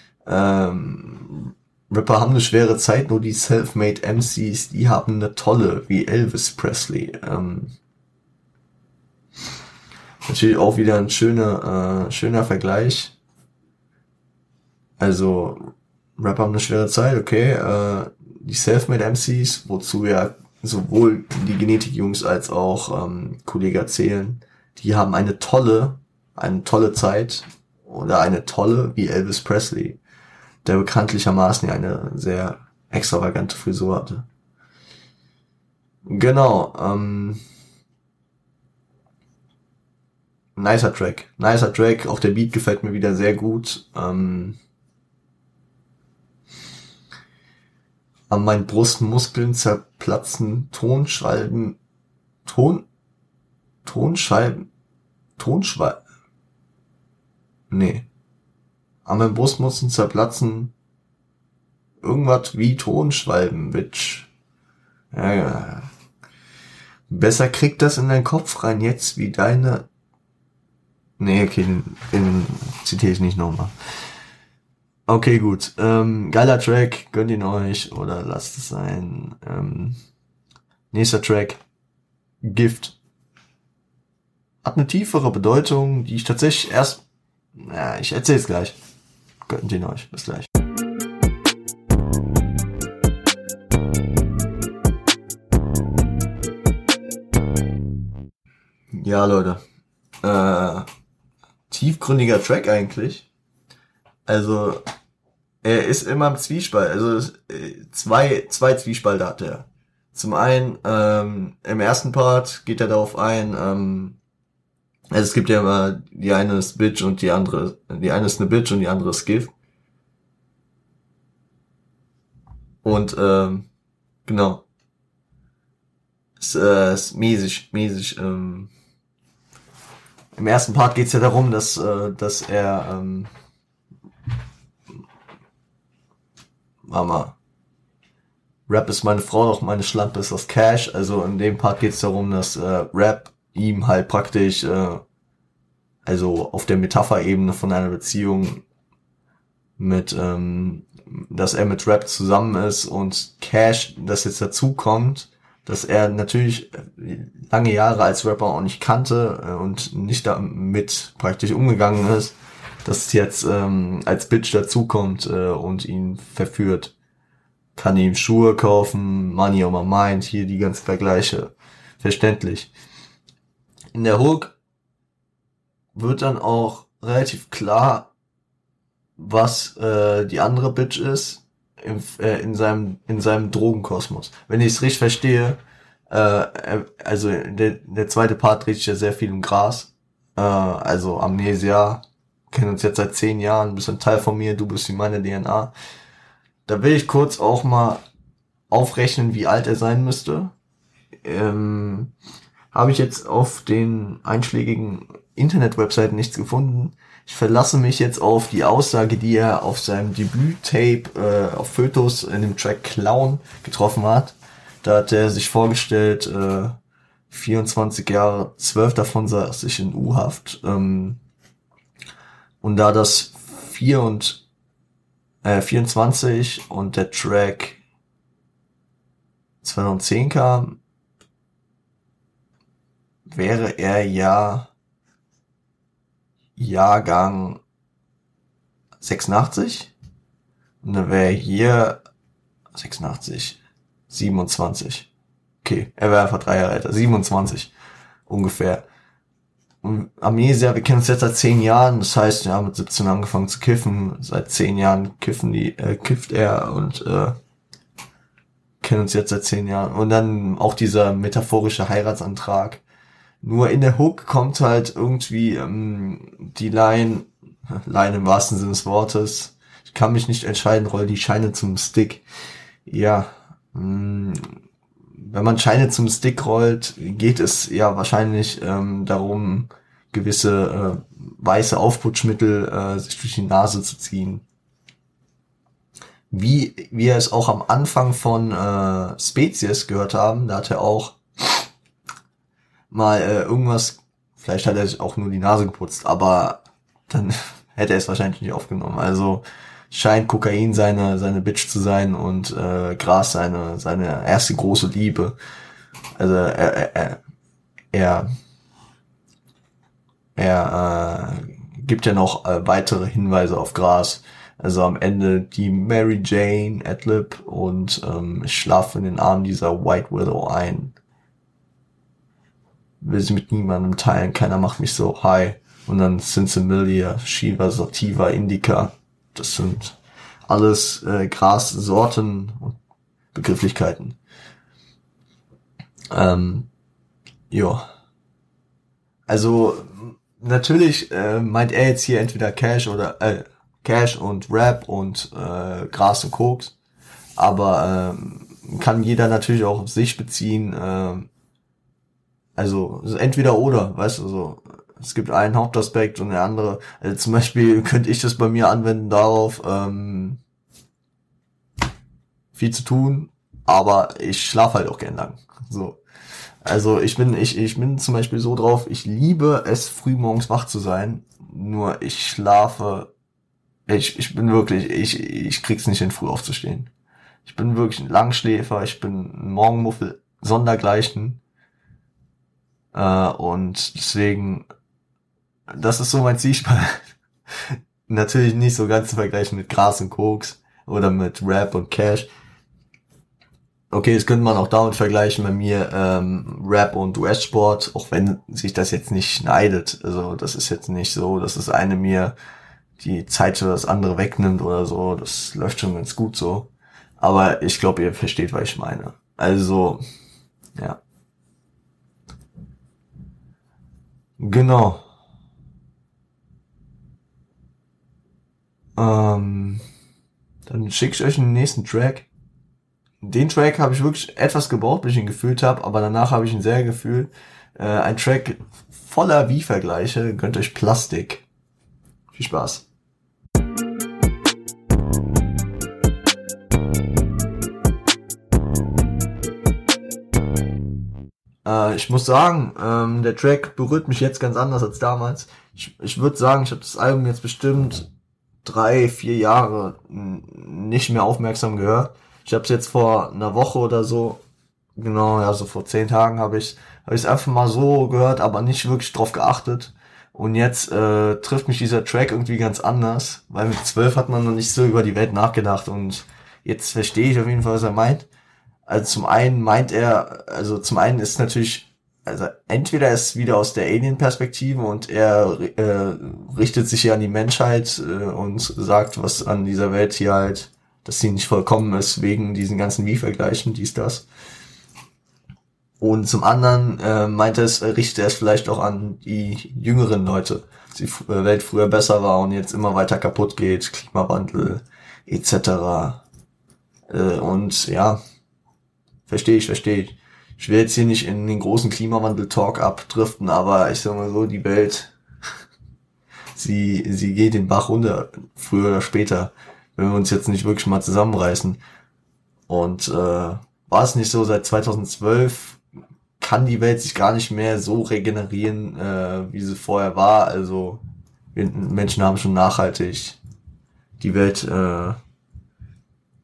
Rapper haben eine schwere Zeit, nur die Self-Made MCs, die haben eine tolle, wie Elvis Presley. Natürlich auch wieder ein schöner Vergleich. Also, Rapper haben eine schwere Zeit, okay. Die Self-Made MCs, wozu ja sowohl die Genetik-Jungs als auch Kollega zählen, die haben eine tolle Zeit oder eine tolle wie Elvis Presley, der bekanntlichermaßen ja eine sehr extravagante Frisur hatte. Genau, nicer Track, auch der Beat gefällt mir wieder sehr gut. An meinen Brustmuskeln zerplatzen Tonschwalben, nee. An meinen Brustmuskeln zerplatzen irgendwas wie Tonschwalben, Bitch. Ja. Besser kriegt das in deinen Kopf rein jetzt wie deine... Nee, okay, den zitiere ich nicht nochmal. Okay, gut. Geiler Track, gönnt ihn euch oder lasst es sein. Nächster Track, Gift. Hat eine tiefere Bedeutung, die ich tatsächlich ich erzähl's gleich. Gönnt ihn euch, bis gleich. Ja, Leute. Tiefgründiger Track eigentlich. Also, er ist immer im Zwiespalt. Also, zwei Zwiespalte hat er. Zum einen, im ersten Part geht er darauf ein, also es gibt ja immer, die eine ist Bitch und die eine ist eine Bitch und die andere ist Gift. Und, genau. Ist mäßig. Im ersten Part geht's ja darum, dass er, Mama, Rap ist meine Frau, doch meine Schlampe ist das Cash. Also in dem Part geht's darum, dass Rap ihm halt praktisch, also auf der Metapherebene von einer Beziehung dass er mit Rap zusammen ist und Cash, das jetzt dazu kommt, dass er natürlich lange Jahre als Rapper auch nicht kannte und nicht damit praktisch umgegangen ist, dass es jetzt als Bitch dazukommt und ihn verführt. Kann ihm Schuhe kaufen, Money on my mind, hier die ganzen Vergleiche. Verständlich. In der Hook wird dann auch relativ klar, was die andere Bitch ist in seinem Drogenkosmos. Wenn ich es richtig verstehe, also der zweite Part dreht sich ja sehr viel um Gras. Also Amnesia, kennen uns jetzt seit 10 Jahren, bist ein Teil von mir, du bist wie meine DNA. Da will ich kurz auch mal aufrechnen, wie alt er sein müsste. Habe ich jetzt auf den einschlägigen Internet-Webseiten nichts gefunden. Ich verlasse mich jetzt auf die Aussage, die er auf seinem Debüt-Tape auf Fotos in dem Track Clown getroffen hat. Da hat er sich vorgestellt, 24 Jahre, 12 davon saß ich in U-Haft. Und da das 24 und der Track 2010 kam, wäre er ja Jahrgang 86 und dann wäre hier 86, 27. Okay, er wäre einfach 3 Jahre älter, 27 ungefähr. Und Amnesia, wir kennen uns jetzt seit 10 Jahren, das heißt, wir haben mit 17 angefangen zu kiffen, seit 10 Jahren kifft er und kennen uns jetzt seit 10 Jahren. Und dann auch dieser metaphorische Heiratsantrag. Nur in der Hook kommt halt irgendwie die Line im wahrsten Sinne des Wortes, ich kann mich nicht entscheiden, roll die Scheine zum Stick. Ja, wenn man Scheine zum Stick rollt, geht es ja wahrscheinlich darum, gewisse weiße Aufputschmittel sich durch die Nase zu ziehen. Wie wir es auch am Anfang von Spezies gehört haben, da hat er auch mal irgendwas, vielleicht hat er sich auch nur die Nase geputzt, aber dann hätte er es wahrscheinlich nicht aufgenommen. Also scheint Kokain seine Bitch zu sein und Gras seine erste große Liebe. Also er gibt ja noch weitere Hinweise auf Gras. Also am Ende die Mary Jane Adlib und ich schlafe in den Armen dieser White Widow ein. Will sie mit niemandem teilen, keiner macht mich so high. Und dann Sinsemilla, Shiva, Sativa, Indica. Das sind alles Grassorten und Begrifflichkeiten. Ja. Also natürlich meint er jetzt hier entweder Cash und Rap und Gras und Koks. Aber kann jeder natürlich auch auf sich beziehen. Also entweder oder, weißt du, so. Es gibt einen Hauptaspekt und der andere. Also zum Beispiel könnte ich das bei mir anwenden darauf, viel zu tun, aber ich schlafe halt auch gern lang. So. Also ich bin zum Beispiel so drauf, ich liebe es, früh morgens wach zu sein, nur ich schlafe, ich bin wirklich, ich krieg's nicht hin, früh aufzustehen. Ich bin wirklich ein Langschläfer, ich bin ein Morgenmuffel sondergleichen. Und deswegen, das ist so mein Zielspalt. Natürlich nicht so ganz zu vergleichen mit Gras und Koks oder mit Rap und Cash. Okay, das könnte man auch damit vergleichen bei mir, Rap und US-Sport, auch wenn sich das jetzt nicht schneidet. Also das ist jetzt nicht so, dass das eine mir die Zeit für das andere wegnimmt oder so. Das läuft schon ganz gut so. Aber ich glaube, ihr versteht, was ich meine. Also, ja. Genau. Dann schicke ich euch den nächsten Track. Den Track habe ich wirklich etwas gebraucht, bis ich ihn gefühlt habe, aber danach habe ich ihn sehr gefühlt. Ein Track voller Wie-Vergleiche. Gönnt euch Plastik. Viel Spaß. Ich muss sagen, der Track berührt mich jetzt ganz anders als damals. Ich würde sagen, ich habe das Album jetzt bestimmt 3-4 Jahre nicht mehr aufmerksam gehört. Ich habe es jetzt vor einer Woche oder so, genau, ja, so vor 10 Tagen habe ich es einfach mal so gehört, aber nicht wirklich drauf geachtet. Und jetzt trifft mich dieser Track irgendwie ganz anders, weil mit 12 hat man noch nicht so über die Welt nachgedacht und jetzt verstehe ich auf jeden Fall, was er meint. Also zum einen ist natürlich, also entweder ist wieder aus der Alien-Perspektive und er richtet sich ja an die Menschheit und sagt, was an dieser Welt hier halt, dass sie nicht vollkommen ist, wegen diesen ganzen Wie-Vergleichen, dies, das. Und zum anderen richtet er es vielleicht auch an die jüngeren Leute, dass die Welt früher besser war und jetzt immer weiter kaputt geht, Klimawandel etc. Und ja, verstehe ich. Ich will jetzt hier nicht in den großen Klimawandel-Talk abdriften, aber ich sag mal so, die Welt, sie geht den Bach runter, früher oder später, wenn wir uns jetzt nicht wirklich mal zusammenreißen. Und war es nicht so, seit 2012 kann die Welt sich gar nicht mehr so regenerieren, wie sie vorher war. Also wir Menschen haben schon nachhaltig die Welt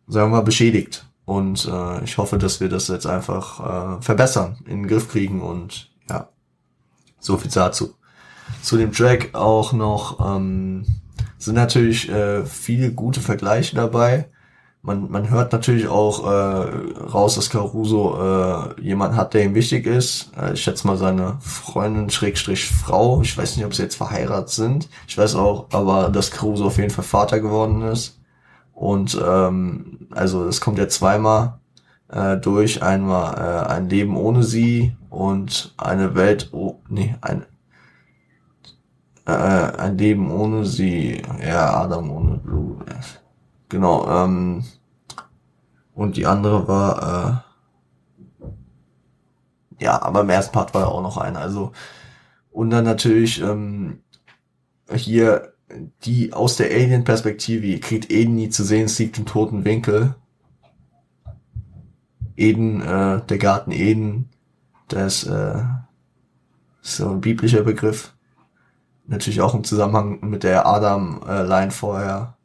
sagen wir mal, beschädigt. Und ich hoffe, dass wir das jetzt einfach verbessern, in den Griff kriegen und ja, so viel dazu. Zu dem Track auch noch sind natürlich viele gute Vergleiche dabei. Man hört natürlich auch raus, dass Caruso jemand hat, der ihm wichtig ist. Ich schätze mal seine Freundin Schrägstrich Frau. Ich weiß nicht, ob sie jetzt verheiratet sind. Ich weiß auch, aber dass Caruso auf jeden Fall Vater geworden ist. Und also es kommt ja zweimal durch. Einmal ein Leben ohne sie und eine Welt, ein Leben ohne sie. Ja, Adam ohne Blut. Genau, und die andere war, ja, aber im ersten Part war ja auch noch eine, also, und dann natürlich, hier, die aus der Alien-Perspektive, ihr kriegt Eden nie zu sehen, es liegt im toten Winkel. Eden, der Garten Eden, das, ist so ein biblischer Begriff. Natürlich auch im Zusammenhang mit der Adam-Line vorher.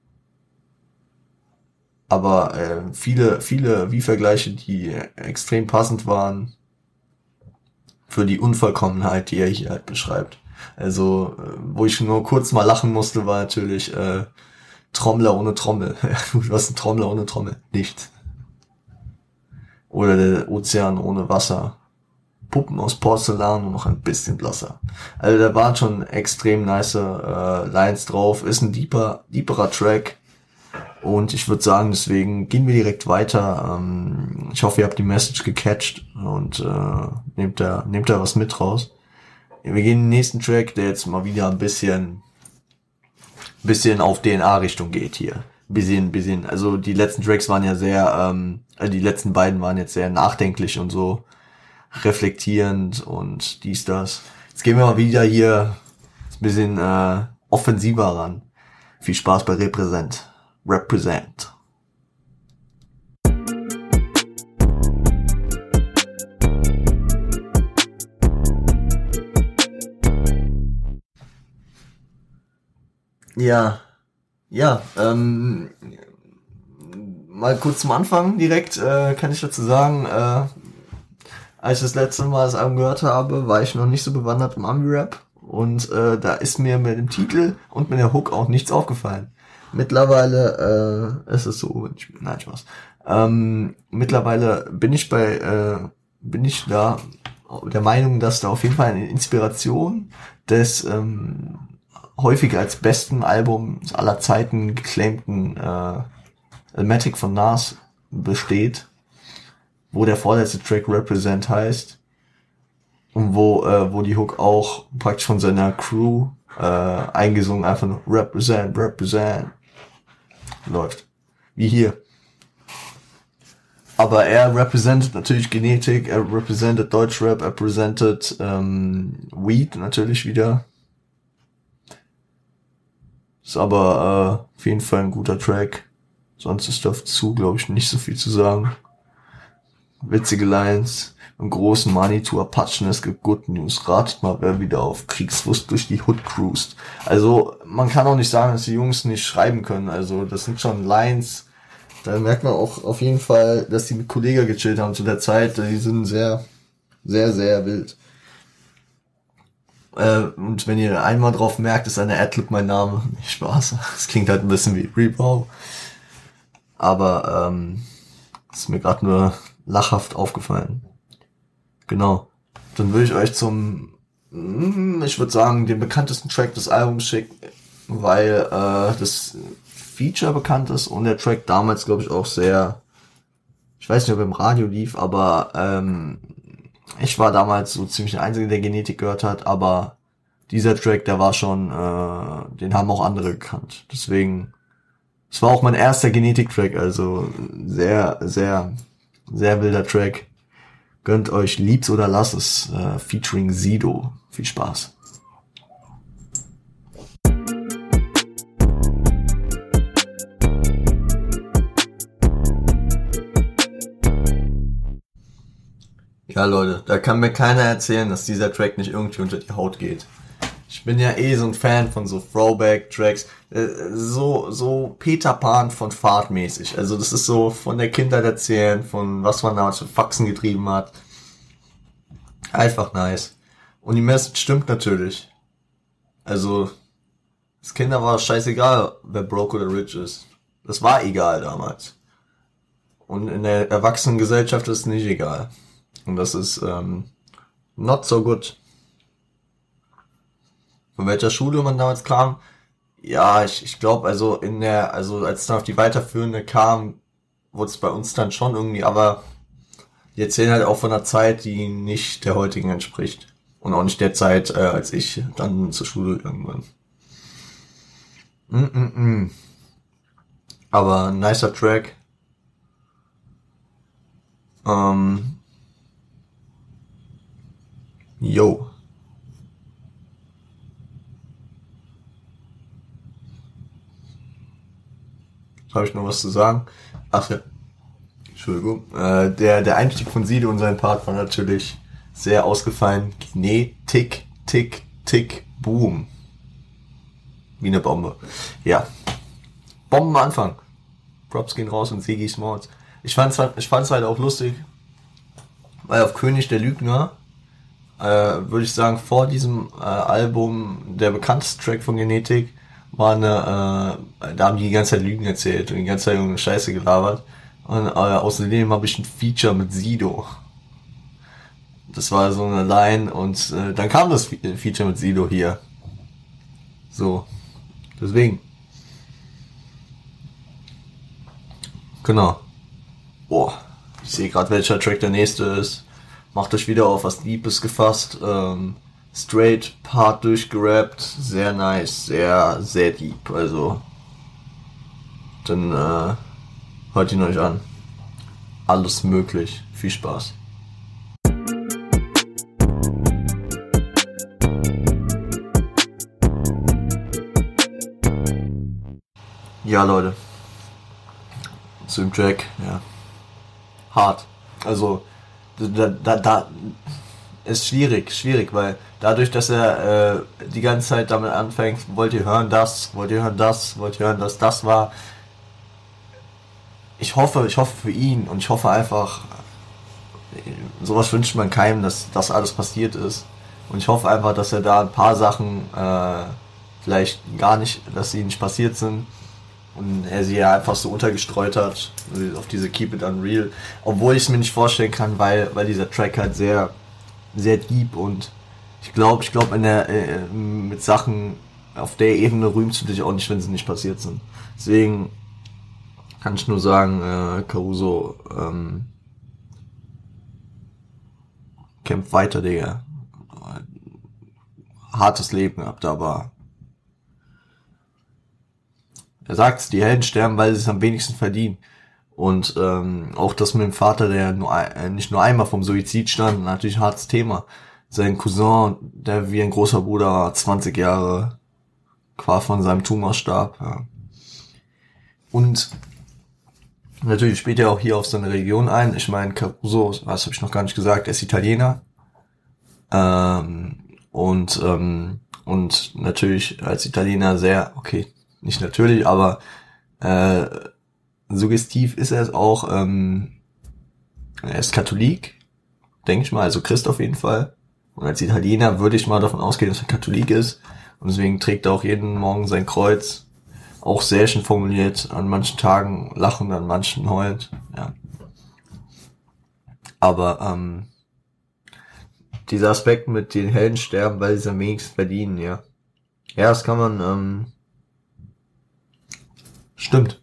Aber viele Wie-Vergleiche, die extrem passend waren für die Unvollkommenheit, die er hier halt beschreibt. Also, wo ich nur kurz mal lachen musste, war natürlich Trommler ohne Trommel. Was ist ein Trommler ohne Trommel? Nichts. Oder der Ozean ohne Wasser. Puppen aus Porzellan und noch ein bisschen blasser. Also da waren schon extrem nice Lines drauf. Ist ein deeperer Track. Und ich würde sagen, deswegen gehen wir direkt weiter. Ich hoffe, ihr habt die Message gecatcht und nehmt da was mit raus. Wir gehen in den nächsten Track, der jetzt mal wieder ein bisschen auf DNA-Richtung geht hier. Bisschen. Also die letzten Tracks waren ja sehr, die letzten beiden waren jetzt sehr nachdenklich und so reflektierend und dies, das. Jetzt gehen wir mal wieder hier ein bisschen offensiver ran. Viel Spaß bei Represent. Ja, mal kurz zum Anfang direkt kann ich dazu sagen, als ich das letzte Mal das Album gehört habe, war ich noch nicht so bewandert im Ami-Rap und da ist mir mit dem Titel und mit der Hook auch nichts aufgefallen. Mittlerweile ist es so, nein, Spaß. Mittlerweile bin ich da der Meinung, dass da auf jeden Fall eine Inspiration des häufig als besten Album aller Zeiten geclaimten Illmatic von Nas besteht, wo der vorletzte Track Represent heißt und wo die Hook auch praktisch von seiner Crew eingesungen einfach nur Represent läuft. Wie hier. Aber er represented natürlich Genetik, er represented Deutschrap, er represented Weed natürlich wieder. Ist aber auf jeden Fall ein guter Track. Sonst ist dazu, glaube ich, nicht so viel zu sagen. Witzige Lines. Im großen Manitou Apachen, es gibt Good News. Ratet mal, wer wieder auf Kriegsfuß durch die Hood cruist. Also, man kann auch nicht sagen, dass die Jungs nicht schreiben können. Also, das sind schon Lines. Da merkt man auch auf jeden Fall, dass die mit Kollega gechillt haben zu der Zeit. Die sind sehr, sehr, sehr wild. Und wenn ihr einmal drauf merkt, ist eine Adlib mein Name. Nicht Spaß. Das klingt halt ein bisschen wie Repo. Aber, ist mir gerade nur lachhaft aufgefallen. Genau. Dann würde ich euch ich würde sagen, den bekanntesten Track des Albums schicken, weil das Feature bekannt ist und der Track damals, glaube ich, auch sehr, ich weiß nicht, ob er im Radio lief, aber ich war damals so ziemlich der Einzige, der Genetik gehört hat, aber dieser Track, der war schon, den haben auch andere gekannt. Deswegen, es war auch mein erster Genetik-Track, also sehr, sehr, sehr wilder Track. Gönnt euch Lieb's oder Lass es, featuring Sido. Viel Spaß. Ja, Leute, da kann mir keiner erzählen, dass dieser Track nicht irgendwie unter die Haut geht. Ich bin ja so ein Fan von so Throwback-Tracks, so Peter Pan von Fahrtmäßig. Also das ist so von der Kindheit erzählen, von was man damals für Faxen getrieben hat. Einfach nice. Und die Message stimmt natürlich. Also, als Kinder war es scheißegal, wer broke oder rich ist. Das war egal damals. Und in der Erwachsenengesellschaft ist es nicht egal. Und das ist not so good. Von welcher Schule man damals kam? Ja, ich glaube, also als es dann auf die weiterführende kam, wurde es bei uns dann schon irgendwie, aber die erzählen halt auch von einer Zeit, die nicht der heutigen entspricht. Und auch nicht der Zeit, als ich dann zur Schule gegangen bin. Aber nicer Track. Yo. Habe ich noch was zu sagen? Ach ja, Entschuldigung. Der Einstieg von Sido in seinen Part war natürlich sehr ausgefallen. Tick, tick, tick, boom. Wie eine Bombe. Ja. Bombenanfang. Props gehen raus und Ziggy Smalls. Ich fand's halt auch lustig, weil auf König der Lügner, würde ich sagen, vor diesem Album, der bekannteste Track von Genetik, war da haben die ganze Zeit Lügen erzählt und die ganze Zeit irgendeine Scheiße gelabert. Und außerdem habe ich ein Feature mit Sido. Das war so eine Line und dann kam das Feature mit Sido hier. So. Deswegen. Genau. Boah. Ich sehe gerade, welcher Track der nächste ist. Macht euch wieder auf was Deepes gefasst. Straight Part durchgerappt. Sehr nice. Sehr, sehr deep. Also. Dann hört ihn euch an. Alles möglich. Viel Spaß. Ja, Leute. Zu dem Track, ja. Hart. Also, da ist schwierig, weil dadurch, dass er die ganze Zeit damit anfängt, wollt ihr hören das, das war. Ich hoffe für ihn und ich hoffe einfach, sowas wünscht man keinem, dass das alles passiert ist. Und ich hoffe einfach, dass er da ein paar Sachen vielleicht gar nicht, dass sie nicht passiert sind. Und er sie ja einfach so untergestreut hat, auf diese Keep It Unreal. Obwohl ich es mir nicht vorstellen kann, weil dieser Track halt sehr, sehr deep und ich glaube, mit Sachen auf der Ebene rühmst du dich auch nicht, wenn sie nicht passiert sind. Deswegen kann ich nur sagen, Caruso, kämpft weiter, Digga. Hartes Leben gehabt, aber er sagt, die Helden sterben, weil sie es am wenigsten verdienen. Und auch das mit dem Vater, der nicht nur einmal vom Suizid stand, natürlich ein hartes Thema. Sein Cousin, der wie ein großer Bruder war, 20 Jahre quasi von seinem Tumor starb. Ja. Und natürlich spielt er auch hier auf seine Region ein. Ich meine, Caruso, was habe ich noch gar nicht gesagt, er ist Italiener. Und natürlich als Italiener sehr, okay, nicht natürlich, aber suggestiv ist er es auch. Er ist Katholik, denke ich mal, also Christ auf jeden Fall. Und als Italiener würde ich mal davon ausgehen, dass er Katholik ist. Und deswegen trägt er auch jeden Morgen sein Kreuz. Auch sehr schön formuliert. An manchen Tagen lachen, an manchen heult. Ja. Aber dieser Aspekt mit den Helden sterben, weil sie am wenigsten verdienen, ja. Ja, das kann man stimmt.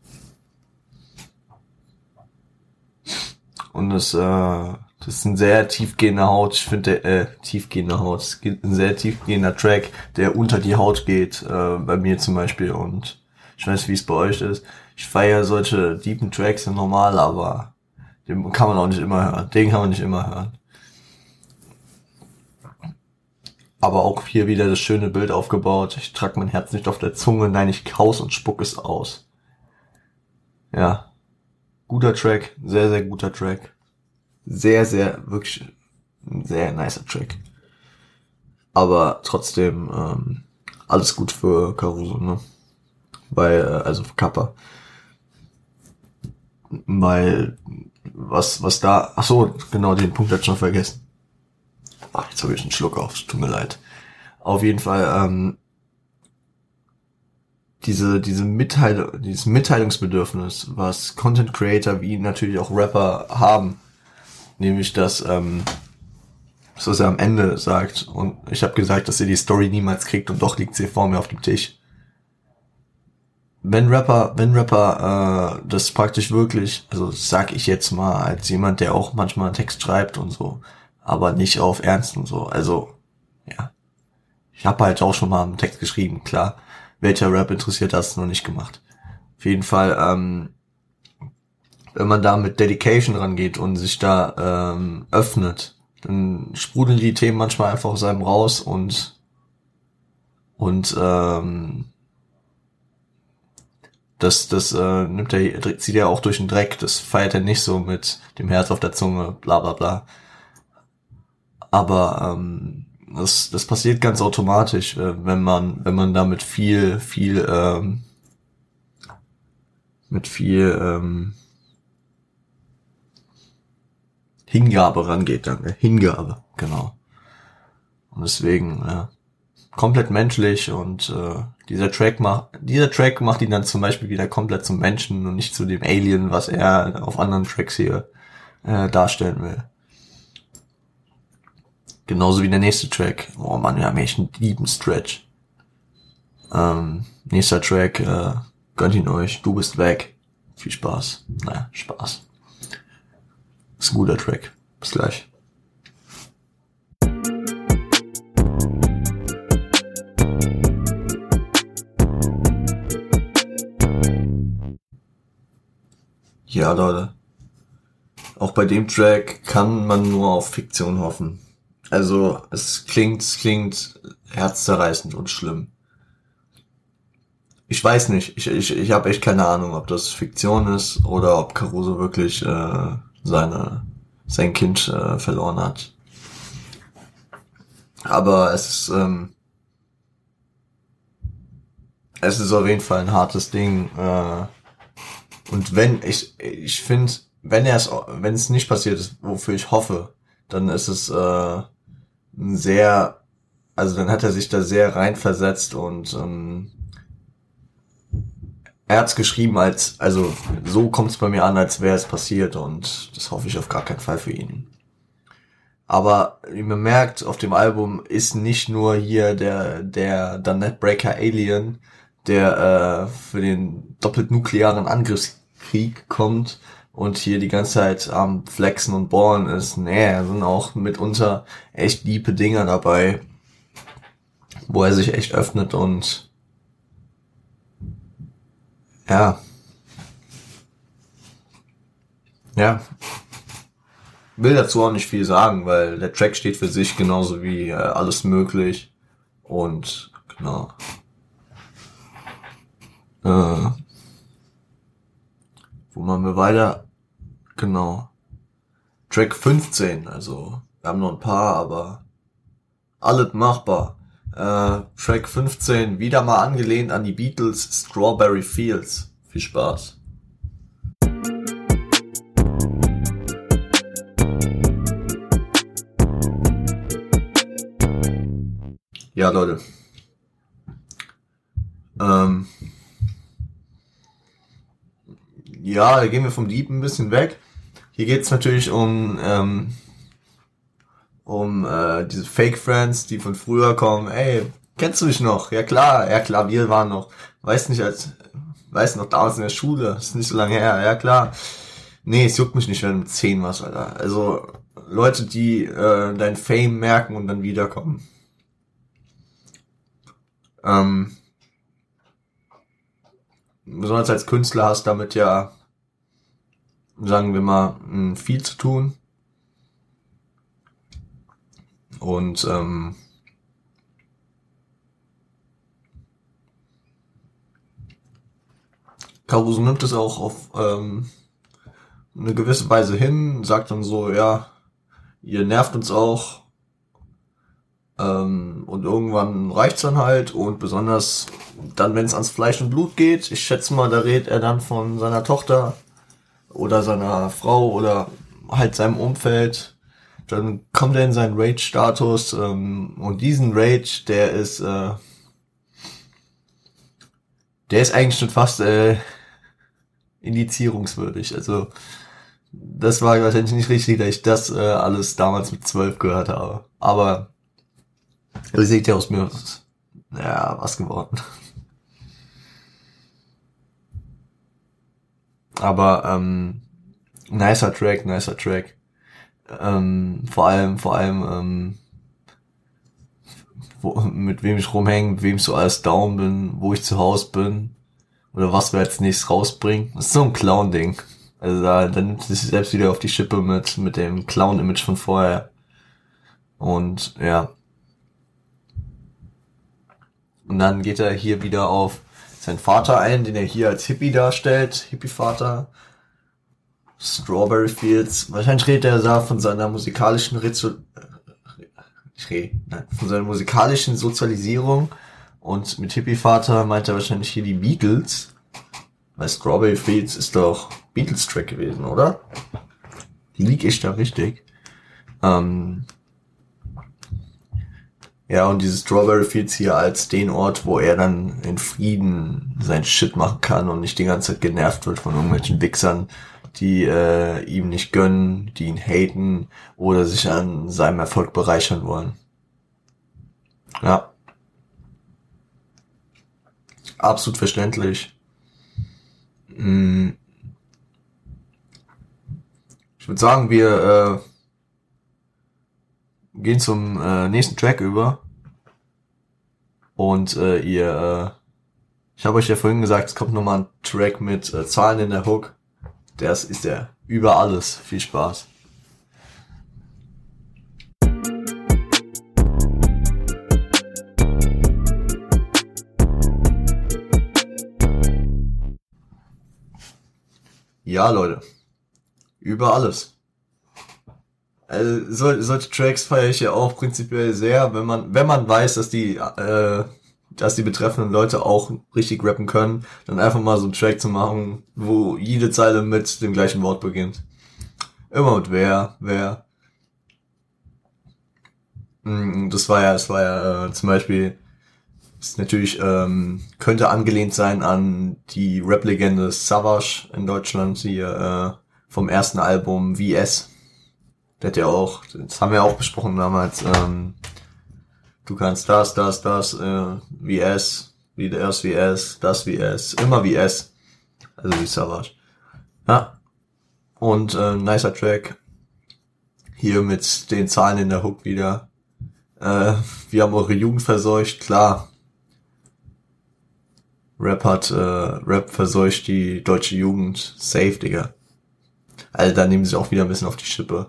Und das ist ein sehr tiefgehender Haut. Ich finde, tiefgehende Haut. Es gibt ein sehr tiefgehender Track, der unter die Haut geht, bei mir zum Beispiel. Und ich weiß, wie es bei euch ist. Ich feiere solche deepen Tracks normal, aber den kann man auch nicht immer hören. Den kann man nicht immer hören. Aber auch hier wieder das schöne Bild aufgebaut. Ich trage mein Herz nicht auf der Zunge. Nein, ich kau's und spuck es aus. Ja. Guter Track. Sehr, sehr guter Track. Sehr, sehr, wirklich ein sehr nicer Track. Aber trotzdem alles gut für Caruso, ne? Also für Kappa. Weil was da, ach so, genau, den Punkt hatte ich noch vergessen. Ach, jetzt habe ich einen Schluck auf, tut mir leid. Auf jeden Fall, dieses Mitteilungsbedürfnis, was Content Creator wie natürlich auch Rapper haben, nämlich das, was er am Ende sagt. Und ich habe gesagt, dass ihr die Story niemals kriegt und doch liegt sie vor mir auf dem Tisch. Wenn Rapper das praktisch wirklich, also sag ich jetzt mal als jemand, der auch manchmal einen Text schreibt und so, aber nicht auf Ernst und so. Also, ja. Ich habe halt auch schon mal einen Text geschrieben, klar. Welcher Rap interessiert, das noch nicht gemacht. Auf jeden Fall, wenn man da mit Dedication rangeht und sich da öffnet, dann sprudeln die Themen manchmal einfach aus einem raus und das zieht er auch durch den Dreck, das feiert er nicht so mit dem Herz auf der Zunge, bla bla bla. Aber das passiert ganz automatisch, wenn man da mit viel Hingabe rangeht, danke. Hingabe, genau. Und deswegen, ja, komplett menschlich und dieser Track macht ihn dann zum Beispiel wieder komplett zum Menschen und nicht zu dem Alien, was er auf anderen Tracks hier darstellen will. Genauso wie der nächste Track. Oh Mann, wir haben echt einen lieben Stretch. Nächster Track, gönnt ihn euch. Du bist weg. Viel Spaß. Naja, Spaß. Ist ein guter Track. Bis gleich. Ja, Leute. Auch bei dem Track kann man nur auf Fiktion hoffen. Also, es klingt herzzerreißend und schlimm. Ich weiß nicht. Ich habe echt keine Ahnung, ob das Fiktion ist oder ob Caruso wirklich sein Kind verloren hat. Aber es ist auf jeden Fall ein hartes Ding. Und ich finde, wenn es nicht passiert ist, wofür ich hoffe, dann ist es dann hat er sich da sehr reinversetzt und er hat's geschrieben so kommt's bei mir an, als wäre es passiert und das hoffe ich auf gar keinen Fall für ihn. Aber wie man merkt, auf dem Album ist nicht nur hier der Netbreaker Alien, der für den doppelt nuklearen Angriffskrieg kommt und hier die ganze Zeit am Flexen und Ballen ist. Nee, da sind auch mitunter echt liebe Dinger dabei, wo er sich echt öffnet und ja, will dazu auch nicht viel sagen, weil der Track steht für sich genauso wie alles möglich und genau. Wo machen wir weiter? Genau. Track 15, also wir haben noch ein paar, aber alles machbar. Track 15, wieder mal angelehnt an die Beatles, Strawberry Fields. Viel Spaß. Ja, Leute. Ja, da gehen wir vom Deep ein bisschen weg. Hier geht's natürlich um diese Fake Friends, die von früher kommen. Ey, kennst du mich noch? Ja klar, wir waren noch. Weißt noch, damals in der Schule, ist nicht so lange her, ja klar. Nee, es juckt mich nicht, wenn du mit 10 warst, Alter. Also, Leute, die dein Fame merken und dann wiederkommen. Besonders als Künstler hast damit ja, sagen wir mal, viel zu tun. Und Caruso nimmt es auch auf eine gewisse Weise hin, sagt dann so, ja, ihr nervt uns auch Und irgendwann reicht's dann halt, und besonders dann, wenn es ans Fleisch und Blut geht, ich schätze mal, da redet er dann von seiner Tochter oder seiner Frau oder halt seinem Umfeld. Dann kommt er in seinen Rage-Status, und diesen Rage, der ist eigentlich schon fast indizierungswürdig. Also das war wahrscheinlich nicht richtig, dass ich das alles damals mit 12 gehört habe. Aber ihr seht ja, aus mir ja was geworden. Aber nicer Track, nicer Track. Vor allem mit wem ich rumhänge, mit wem ich so alles down bin, wo ich zu Hause bin oder was wir als nächstes rausbringen. Das ist so ein Clown-Ding. Also da nimmt es sich selbst wieder auf die Schippe mit dem Clown-Image von vorher. Und ja. Und dann geht er hier wieder auf seinen Vater ein, den er hier als Hippie darstellt. Hippie-Vater. Strawberry Fields. Wahrscheinlich redet er da von seiner musikalischen von seiner musikalischen Sozialisierung. Und mit Hippie-Vater meint er wahrscheinlich hier die Beatles. Weil Strawberry Fields ist doch Beatles-Track gewesen, oder? Lieg ich da richtig? Ja, und diese Strawberry Fields hier als den Ort, wo er dann in Frieden sein Shit machen kann und nicht die ganze Zeit genervt wird von irgendwelchen Wichsern, die ihm nicht gönnen, die ihn haten oder sich an seinem Erfolg bereichern wollen. Ja. Absolut verständlich. Ich würde sagen, wir gehen zum nächsten Track über. Und ich habe euch ja vorhin gesagt, es kommt nochmal ein Track mit Zahlen in der Hook. Das ist der über alles. Viel Spaß. Ja, Leute. Über alles. Also solche Tracks feiere ich ja auch prinzipiell sehr, wenn man weiß, dass die betreffenden Leute auch richtig rappen können, dann einfach mal so einen Track zu machen, wo jede Zeile mit dem gleichen Wort beginnt. Immer mit wer. Das war ja zum Beispiel, ist natürlich, könnte angelehnt sein an die Rap-Legende Savage in Deutschland, die vom ersten Album VS. Der hat ja auch, das haben wir auch besprochen damals, du kannst das, VS, wieder erst VS, das VS, immer VS. Also wie Savage. Ja. Und nicer Track. Hier mit den Zahlen in der Hook wieder. Wir haben eure Jugend verseucht, klar. Rap verseucht die deutsche Jugend. Safe, Digga. Also da nehmen sie auch wieder ein bisschen auf die Schippe.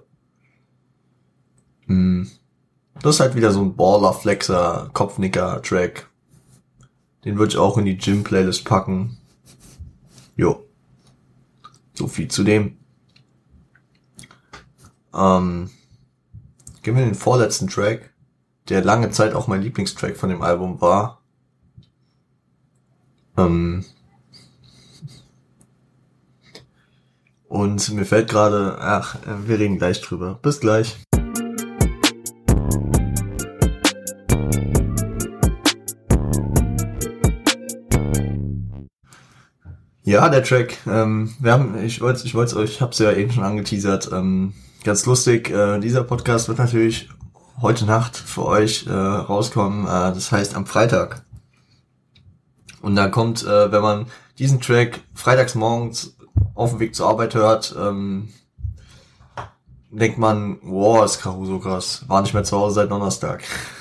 Das ist halt wieder so ein Baller-Flexer, Kopfnicker-Track. Den würde ich auch in die Gym-Playlist packen. Jo. So viel zu dem. Gehen wir in den vorletzten Track, der lange Zeit auch mein Lieblingstrack von dem Album war. Und mir fällt gerade, wir reden gleich drüber. Bis gleich. Ja, der Track, ich hab's ja eben schon angeteasert, ganz lustig, dieser Podcast wird natürlich heute Nacht für euch rauskommen, das heißt am Freitag. Und da kommt, wenn man diesen Track freitags morgens auf dem Weg zur Arbeit hört, denkt man, wow, ist Caruso krass, war nicht mehr zu Hause seit Donnerstag.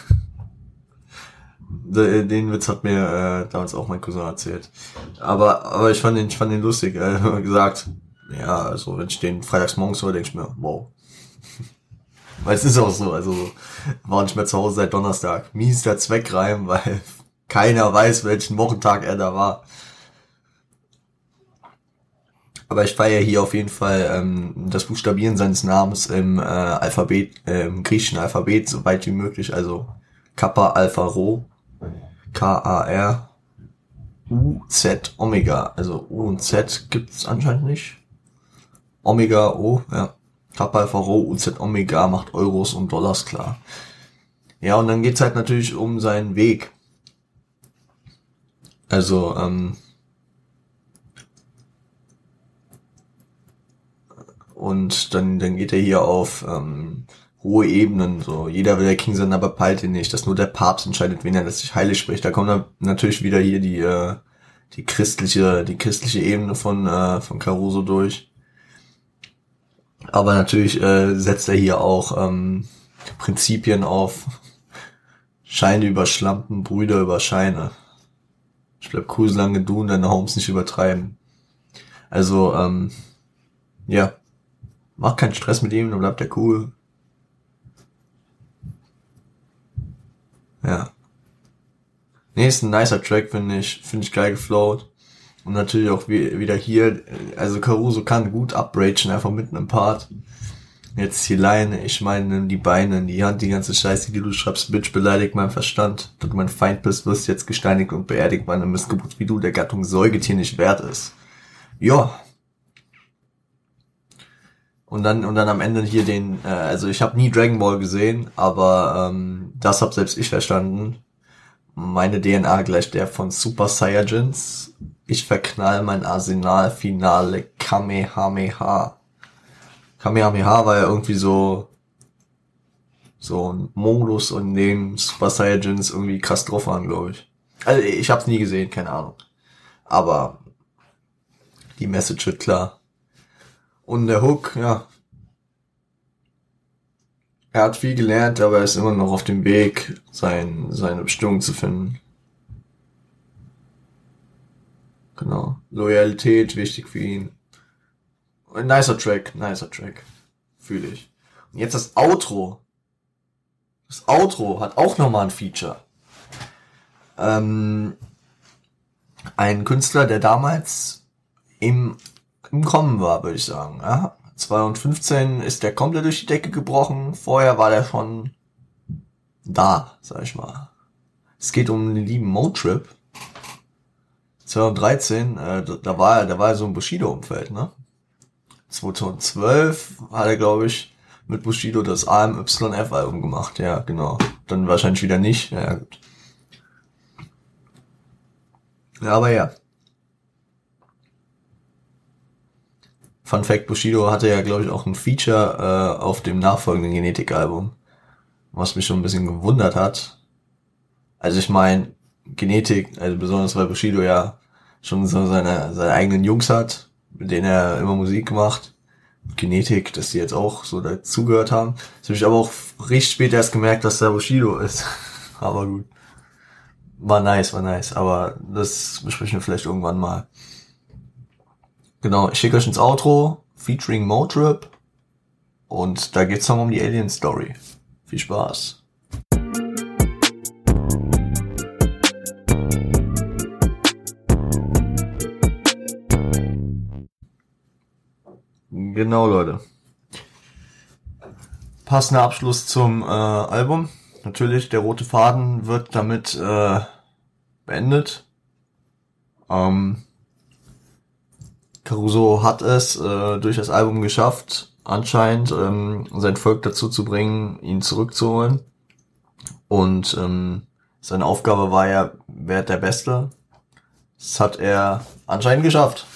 Den Witz hat mir damals auch mein Cousin erzählt. Aber ich fand den lustig. Er hat gesagt, ja, also wenn ich den freitags morgens höre, denke ich mir, wow. Weil es ist auch so, also war nicht mehr zu Hause seit Donnerstag. Mies der Zweckreim, weil keiner weiß, welchen Wochentag er da war. Aber ich feiere hier auf jeden Fall das Buchstabieren seines Namens im Alphabet, im griechischen Alphabet, so weit wie möglich. Also Kappa Alpha Rho, K-A-R-U-Z Omega. Also U und Z gibt's anscheinend nicht. Omega O, ja. Kappa Alpha Rho, U-Z Omega macht Euros und Dollars klar. Ja, und dann geht's halt natürlich um seinen Weg. Also, und dann geht er hier auf hohe Ebenen. So, jeder will der King sein, aber peilt ihn nicht. Dass nur der Papst entscheidet, wen er letztlich heilig spricht. Da kommt dann natürlich wieder hier die christliche Ebene von Caruso durch. Aber natürlich setzt er hier auch Prinzipien auf. Scheine über Schlampen, Brüder über Scheine. Ich bleib cool, solange du und deine Homes nicht übertreiben. Also, ja. Mach keinen Stress mit ihm, dann bleibt er cool. Ja. Nee, ist ein nicer Track, finde ich. Finde ich geil geflowt. Und natürlich auch wieder hier, also Caruso kann gut upbragen, einfach mitten im Part. Jetzt die Line, ich meine, nimm die Beine in die Hand, die ganze Scheiße, die du schreibst, Bitch, beleidigt mein Verstand. Da du mein Feind bist, wirst jetzt gesteinigt und beerdigt, meine Missgeburt, wie du der Gattung Säugetier nicht wert ist. Ja. Und dann am Ende hier also ich habe nie Dragon Ball gesehen, aber das hab selbst ich verstanden. Meine DNA gleicht der von Super Saiyajins. Ich verknall mein Arsenal Finale Kamehameha. Kamehameha war ja irgendwie so ein Modus, in dem Super Saiyajins irgendwie krass drauf waren, glaube ich. Also ich hab's nie gesehen, keine Ahnung. Aber die Message wird klar. Und der Hook, ja. Er hat viel gelernt, aber er ist immer noch auf dem Weg, seine Bestimmung zu finden. Genau. Loyalität, wichtig für ihn. Ein nicer Track. Fühle ich. Und jetzt das Outro. Das Outro hat auch nochmal ein Feature. Ein Künstler, der damals im Kommen war, würde ich sagen. Ja? 2015 ist der komplett durch die Decke gebrochen. Vorher war der schon da, sag ich mal. Es geht um den lieben Motrip. 2013, da war er so im Bushido-Umfeld, ne? 2012 hat er, glaube ich, mit Bushido das AMYF-Album gemacht. Ja, genau. Dann wahrscheinlich wieder nicht. Ja, gut. Ja, aber ja. Fun Fact, Bushido hatte ja, glaube ich, auch ein Feature auf dem nachfolgenden Genetik-Album, was mich schon ein bisschen gewundert hat. Also ich meine, Genetik, also besonders weil Bushido ja schon so seine eigenen Jungs hat, mit denen er immer Musik macht. Genetik, dass die jetzt auch so dazugehört haben. Das habe ich aber auch recht spät erst gemerkt, dass da Bushido ist. Aber gut. War nice. Aber das besprechen wir vielleicht irgendwann mal. Genau, ich schicke euch ins Outro, featuring Motrip. Und da geht's dann um die Alien-Story. Viel Spaß. Genau, Leute. Passender Abschluss zum Album. Natürlich, der rote Faden wird damit beendet. Caruso hat es durch das Album geschafft, anscheinend sein Volk dazu zu bringen, ihn zurückzuholen. Und seine Aufgabe war ja, wer der Beste. Das hat er anscheinend geschafft.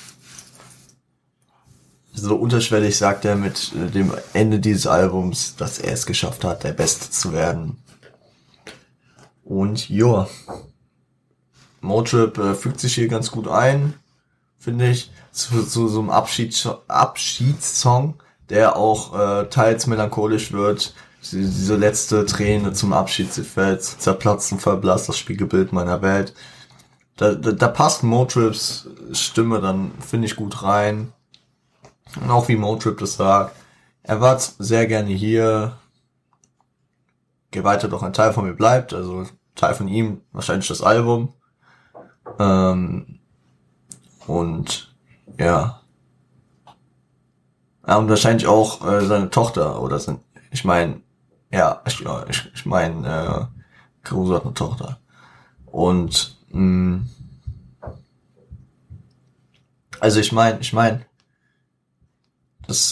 So unterschwellig sagt er mit dem Ende dieses Albums, dass er es geschafft hat, der Beste zu werden. Und ja, Motrip fügt sich hier ganz gut ein, finde ich, zu so einem Abschiedssong, der auch teils melancholisch wird. Diese letzte Träne zum Abschied, sie fällt, zerplatzen, verblasst das Spiegelbild meiner Welt. Da passt Motrips Stimme dann, finde ich, gut rein. Und auch wie Motrip das sagt, er war sehr gerne hier, geh weiter, doch ein Teil von mir bleibt, also Teil von ihm, wahrscheinlich das Album. Und ja. Ja, und wahrscheinlich auch seine Tochter oder ich meine Caruso hat eine Tochter. Und also ich mein, das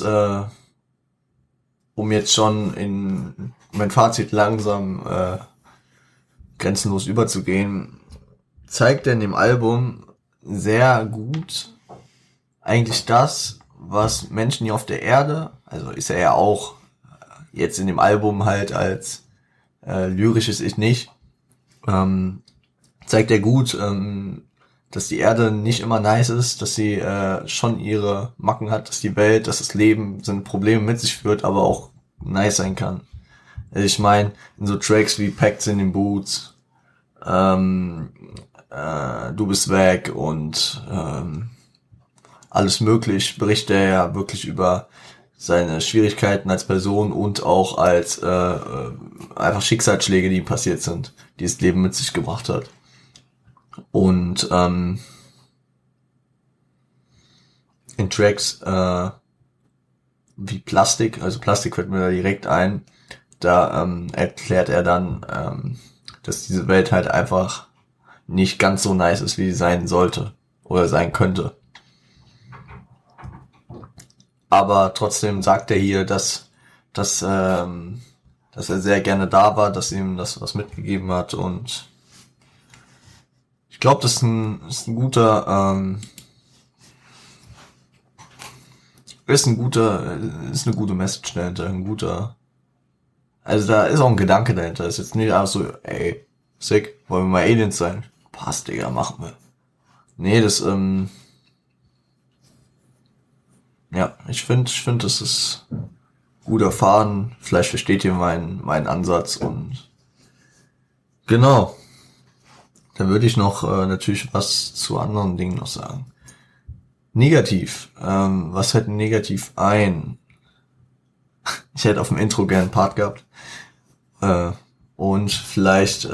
um jetzt schon in mein Fazit langsam grenzenlos überzugehen, zeigt er in dem Album sehr gut eigentlich das, was Menschen hier auf der Erde, also ist er ja auch jetzt in dem Album halt als lyrisches Ich nicht, zeigt er gut, dass die Erde nicht immer nice ist, dass sie schon ihre Macken hat, dass die Welt, dass das Leben seine Probleme mit sich führt, aber auch nice sein kann. Ich meine, in so Tracks wie Packs in den Boots, Du bist weg und alles möglich, berichtet er ja wirklich über seine Schwierigkeiten als Person und auch als einfach Schicksalsschläge, die ihm passiert sind, die das Leben mit sich gebracht hat. Und in Tracks wie Plastik, also Plastik fällt mir da direkt ein, da erklärt er dann, dass diese Welt halt einfach nicht ganz so nice ist, wie sie sein sollte oder sein könnte. Aber trotzdem sagt er hier, dass er sehr gerne da war, dass ihm das was mitgegeben hat, und ich glaube, das ist ein guter ist eine gute Message dahinter, also da ist auch ein Gedanke dahinter, ist jetzt nicht einfach so, ey, sick, wollen wir mal Aliens sein? Passt, Digga, machen wir. Nee, das, ja, ich finde, das ist guter Faden, vielleicht versteht ihr meinen Ansatz, und genau, dann würde ich noch natürlich was zu anderen Dingen noch sagen. Negativ, was hätte negativ ein? Ich hätte auf dem Intro gern einen Part gehabt. Und vielleicht,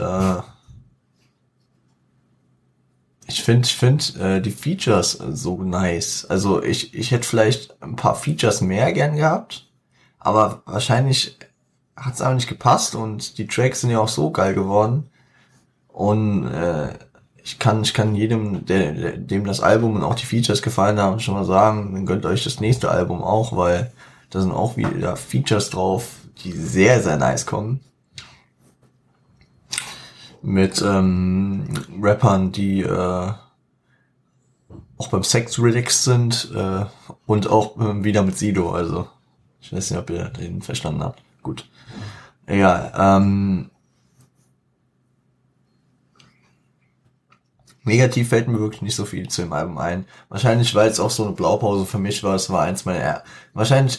ich finde die Features so nice. Also ich hätte vielleicht ein paar Features mehr gern gehabt, aber wahrscheinlich hat es einfach nicht gepasst, und die Tracks sind ja auch so geil geworden. Und ich kann jedem, dem das Album und auch die Features gefallen haben, schon mal sagen, dann gönnt euch das nächste Album auch, weil da sind auch wieder Features drauf, die sehr, sehr nice kommen. Mit Rappern, die auch beim Sex relaxed sind, und auch wieder mit Sido, also ich weiß nicht, ob ihr den verstanden habt. Gut. Egal. Negativ fällt mir wirklich nicht so viel zu dem Album ein. Wahrscheinlich, weil es auch so eine Blaupause für mich war. Es war eins meiner, wahrscheinlich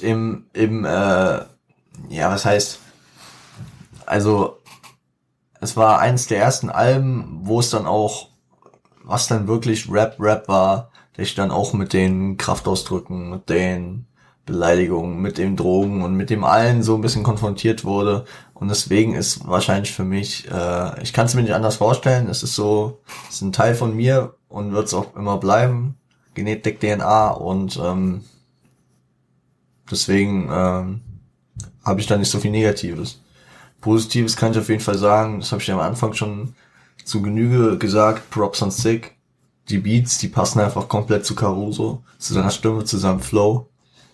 ja, was heißt, also, es war eins der ersten Alben, wo es dann auch, was dann wirklich Rap war, der ich dann auch mit den Kraftausdrücken, mit den Beleidigungen, mit dem Drogen und mit dem allen so ein bisschen konfrontiert wurde. Und deswegen ist wahrscheinlich für mich, ich kann es mir nicht anders vorstellen, es ist so, es ist ein Teil von mir und wird es auch immer bleiben. Genetik, DNA, und deswegen habe ich da nicht so viel Negatives. Positives kann ich auf jeden Fall sagen, das habe ich ja am Anfang schon zu Genüge gesagt, Props on Sick. Die Beats, die passen einfach komplett zu Caruso, zu seiner Stimme, zu seinem Flow.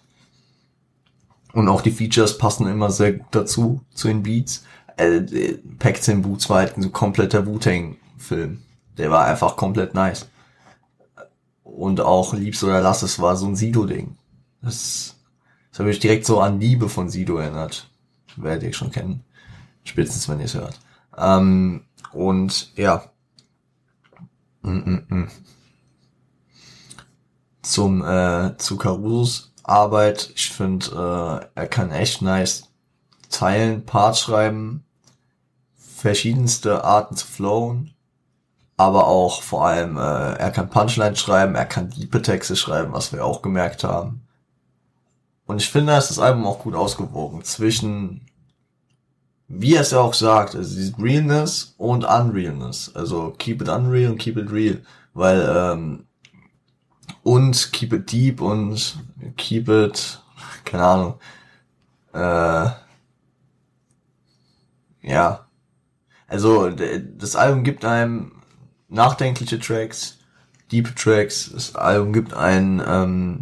Und auch die Features passen immer sehr gut dazu, zu den Beats. Packs in Boots war halt ein so kompletter Wu-Tang-Film. Der war einfach komplett nice. Und auch Lieb's oder Lass es war so ein Sido-Ding. Das hat mich direkt so an Liebe von Sido erinnert. Werdet ihr schon kennen. Spätestens, wenn ihr es hört. Und ja. Zu Carusos Arbeit. Ich finde, er kann echt nice Zeilen, Parts schreiben, verschiedenste Arten zu flowen, aber auch vor allem, er kann Punchlines schreiben, er kann diepe Texte schreiben, was wir auch gemerkt haben. Und ich finde, da ist das Album auch gut ausgewogen zwischen, wie er es ja auch sagt, also diese Realness und Unrealness. Also keep it unreal und keep it real. Weil, und keep it deep und keep it, keine Ahnung, ja. Also das Album gibt einem nachdenkliche Tracks, deep Tracks. Das Album gibt einen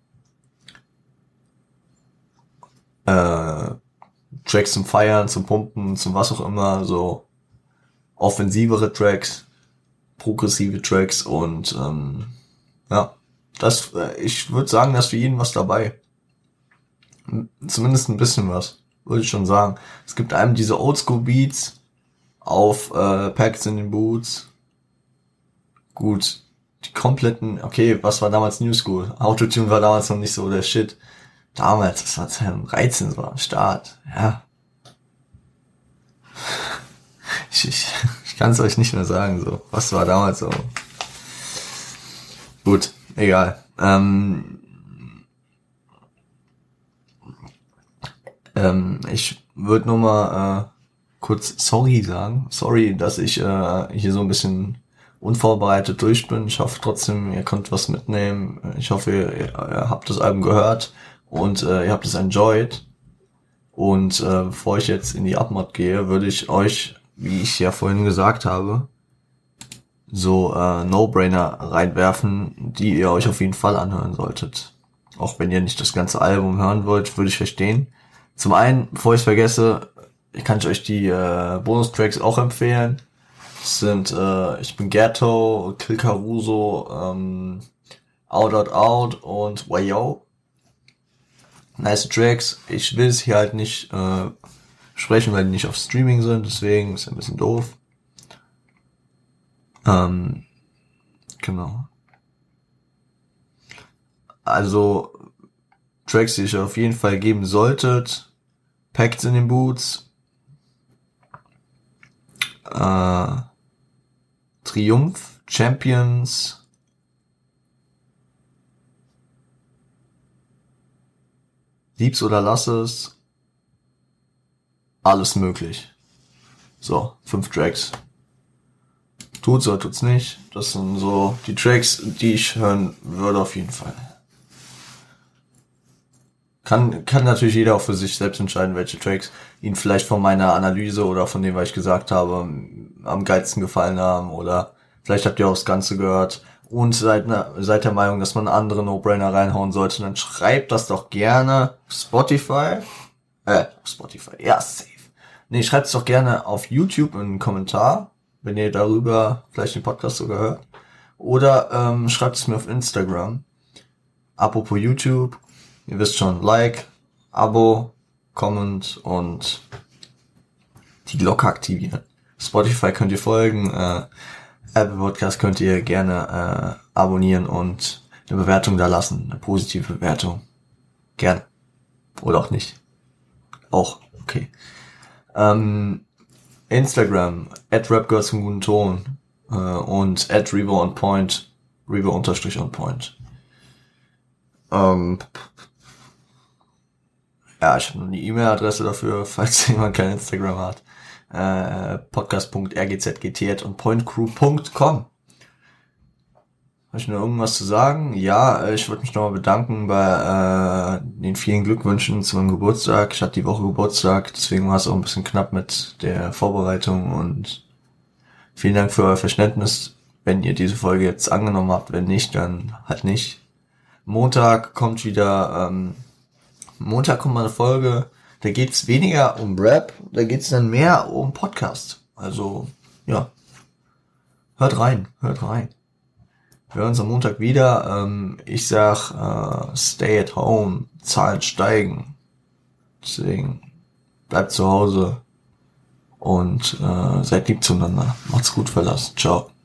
Tracks zum Feiern, zum Pumpen, zum was auch immer, so offensivere Tracks, progressive Tracks und ja, ich würde sagen, dass für jeden was dabei. Zumindest ein bisschen was, würde ich schon sagen. Es gibt einem diese Oldschool-Beats auf Packs in den Boots. Gut, die kompletten, okay, was war damals New School? Autotune war damals noch nicht so der Shit. Damals, das war 2013 so am Start, ja. Ich kann es euch nicht mehr sagen, so. Was war damals so? Gut, egal. Ich würde nur mal kurz sorry sagen. Sorry, dass ich hier so ein bisschen unvorbereitet durch bin. Ich hoffe trotzdem, ihr könnt was mitnehmen. Ich hoffe, ihr habt das Album gehört und ihr habt es enjoyed. Und bevor ich jetzt in die Abmod gehe, würde ich euch, wie ich ja vorhin gesagt habe, so No-Brainer reinwerfen, die ihr euch auf jeden Fall anhören solltet. Auch wenn ihr nicht das ganze Album hören wollt, würde ich verstehen. Zum einen, bevor ich es vergesse, kann ich euch die Bonustracks auch empfehlen. Das sind Ich bin Ghetto, Kill Caruso, Out Out Out und Wayo. Nice Tracks. Ich will es hier halt nicht sprechen, weil die nicht auf Streaming sind, deswegen ist ein bisschen doof. Genau. Also Tracks, die ihr auf jeden Fall geben solltet. Packs in den Boots. Triumph, Champions. Lieb's oder lass es. Alles möglich. So, 5 Tracks. Tut's oder tut's nicht. Das sind so die Tracks, die ich hören würde auf jeden Fall. Kann natürlich jeder auch für sich selbst entscheiden, welche Tracks ihn vielleicht von meiner Analyse oder von dem, was ich gesagt habe, am geilsten gefallen haben. Oder vielleicht habt ihr auch das Ganze gehört und seid der Meinung, dass man andere No-Brainer reinhauen sollte. Dann schreibt das doch gerne Spotify, ja, safe. Nee, schreibt es doch gerne auf YouTube in einen Kommentar, wenn ihr darüber vielleicht den Podcast sogar hört. Oder schreibt es mir auf Instagram. Apropos YouTube, ihr wisst schon, Like, Abo, Comment und die Glocke aktivieren. Spotify könnt ihr folgen, Apple Podcast könnt ihr gerne abonnieren und eine Bewertung da lassen, eine positive Bewertung. Gerne. Oder auch nicht. Auch, okay. Instagram, @rapgirls zum guten Ton und @revo_on_point, revo_on_point. Ja, ich habe noch eine E-Mail-Adresse dafür, falls jemand kein Instagram hat. podcast.rgzgt@pointcrew.com. Habe ich noch irgendwas zu sagen? Ja, ich wollte mich nochmal bedanken bei den vielen Glückwünschen zu meinem Geburtstag. Ich hatte die Woche Geburtstag, deswegen war es auch ein bisschen knapp mit der Vorbereitung und vielen Dank für euer Verständnis, wenn ihr diese Folge jetzt angenommen habt. Wenn nicht, dann halt nicht. Montag kommt mal eine Folge, da geht's weniger um Rap, da geht's dann mehr um Podcast. Also, ja, hört rein. Wir hören uns am Montag wieder. Ich sag, stay at home, Zahlen steigen. Deswegen bleibt zu Hause und seid lieb zueinander. Macht's gut, Fellas. Ciao.